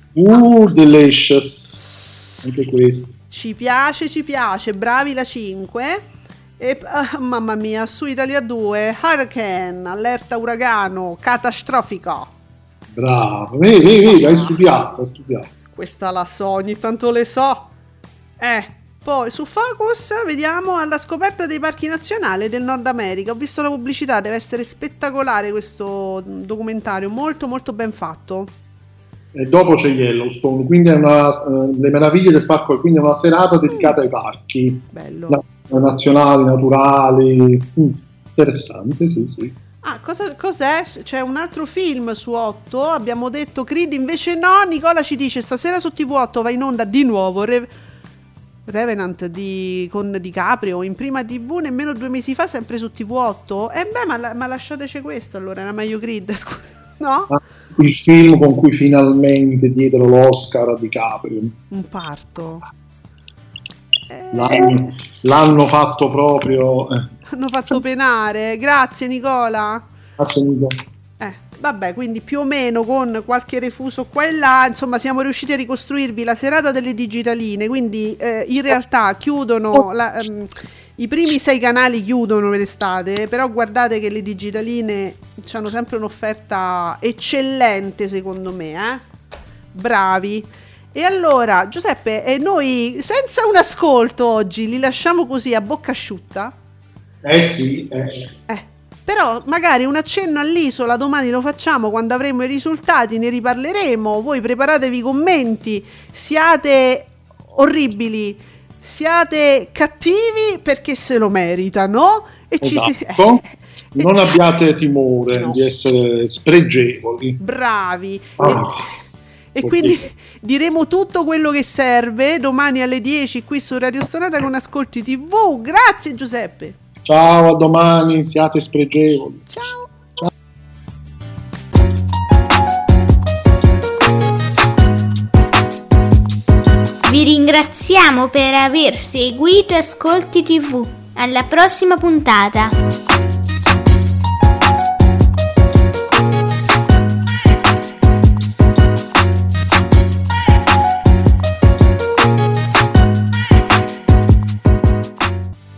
Delicious. Anche questo. Ci piace, bravi la 5. E mamma mia, su Italia 2, Hurricane, allerta uragano, catastrofica. Bravo, vedi, hai studiato. Questa la so, ogni tanto le so. Poi su Focus vediamo Alla scoperta dei parchi nazionali del Nord America. Ho visto la pubblicità, deve essere spettacolare questo documentario, molto molto ben fatto. E dopo c'è Yellowstone, quindi è le meraviglie del parco, quindi è una serata dedicata ai parchi. Bello. Nazionali, naturali. Interessante, sì. Cos'è? C'è un altro film su 8. Abbiamo detto Creed, invece no. Nicola ci dice stasera su TV8 va in onda di nuovo Revenant con DiCaprio in prima TV nemmeno 2 mesi fa, sempre su TV8. Ma lasciateci questo, allora era meglio Creed, scusa, no? Il film con cui finalmente diedero l'Oscar a DiCaprio. Un parto. L'hanno fatto proprio. Hanno fatto penare. Grazie Nicola. Grazie Nicola. Vabbè, quindi più o meno con qualche refuso qua e là, insomma, siamo riusciti a ricostruirvi la serata delle digitaline. Quindi in realtà chiudono i primi 6 canali chiudono per l'estate, però guardate che le digitaline hanno sempre un'offerta eccellente, secondo me, bravi. E allora, Giuseppe, e noi senza un ascolto oggi li lasciamo così a bocca asciutta? Sì. Però magari un accenno all'isola domani lo facciamo quando avremo i risultati, ne riparleremo. Voi preparatevi i commenti, siate orribili, siate cattivi perché se lo meritano. E esatto. Non abbiate timore di essere spregevoli. Bravi. E quindi diremo tutto quello che serve domani alle 10 qui su Radio Stonata con Ascolti TV. Grazie Giuseppe. Ciao, a domani, siate spregevoli. Ciao. Vi ringraziamo per aver seguito Ascolti TV. Alla prossima puntata.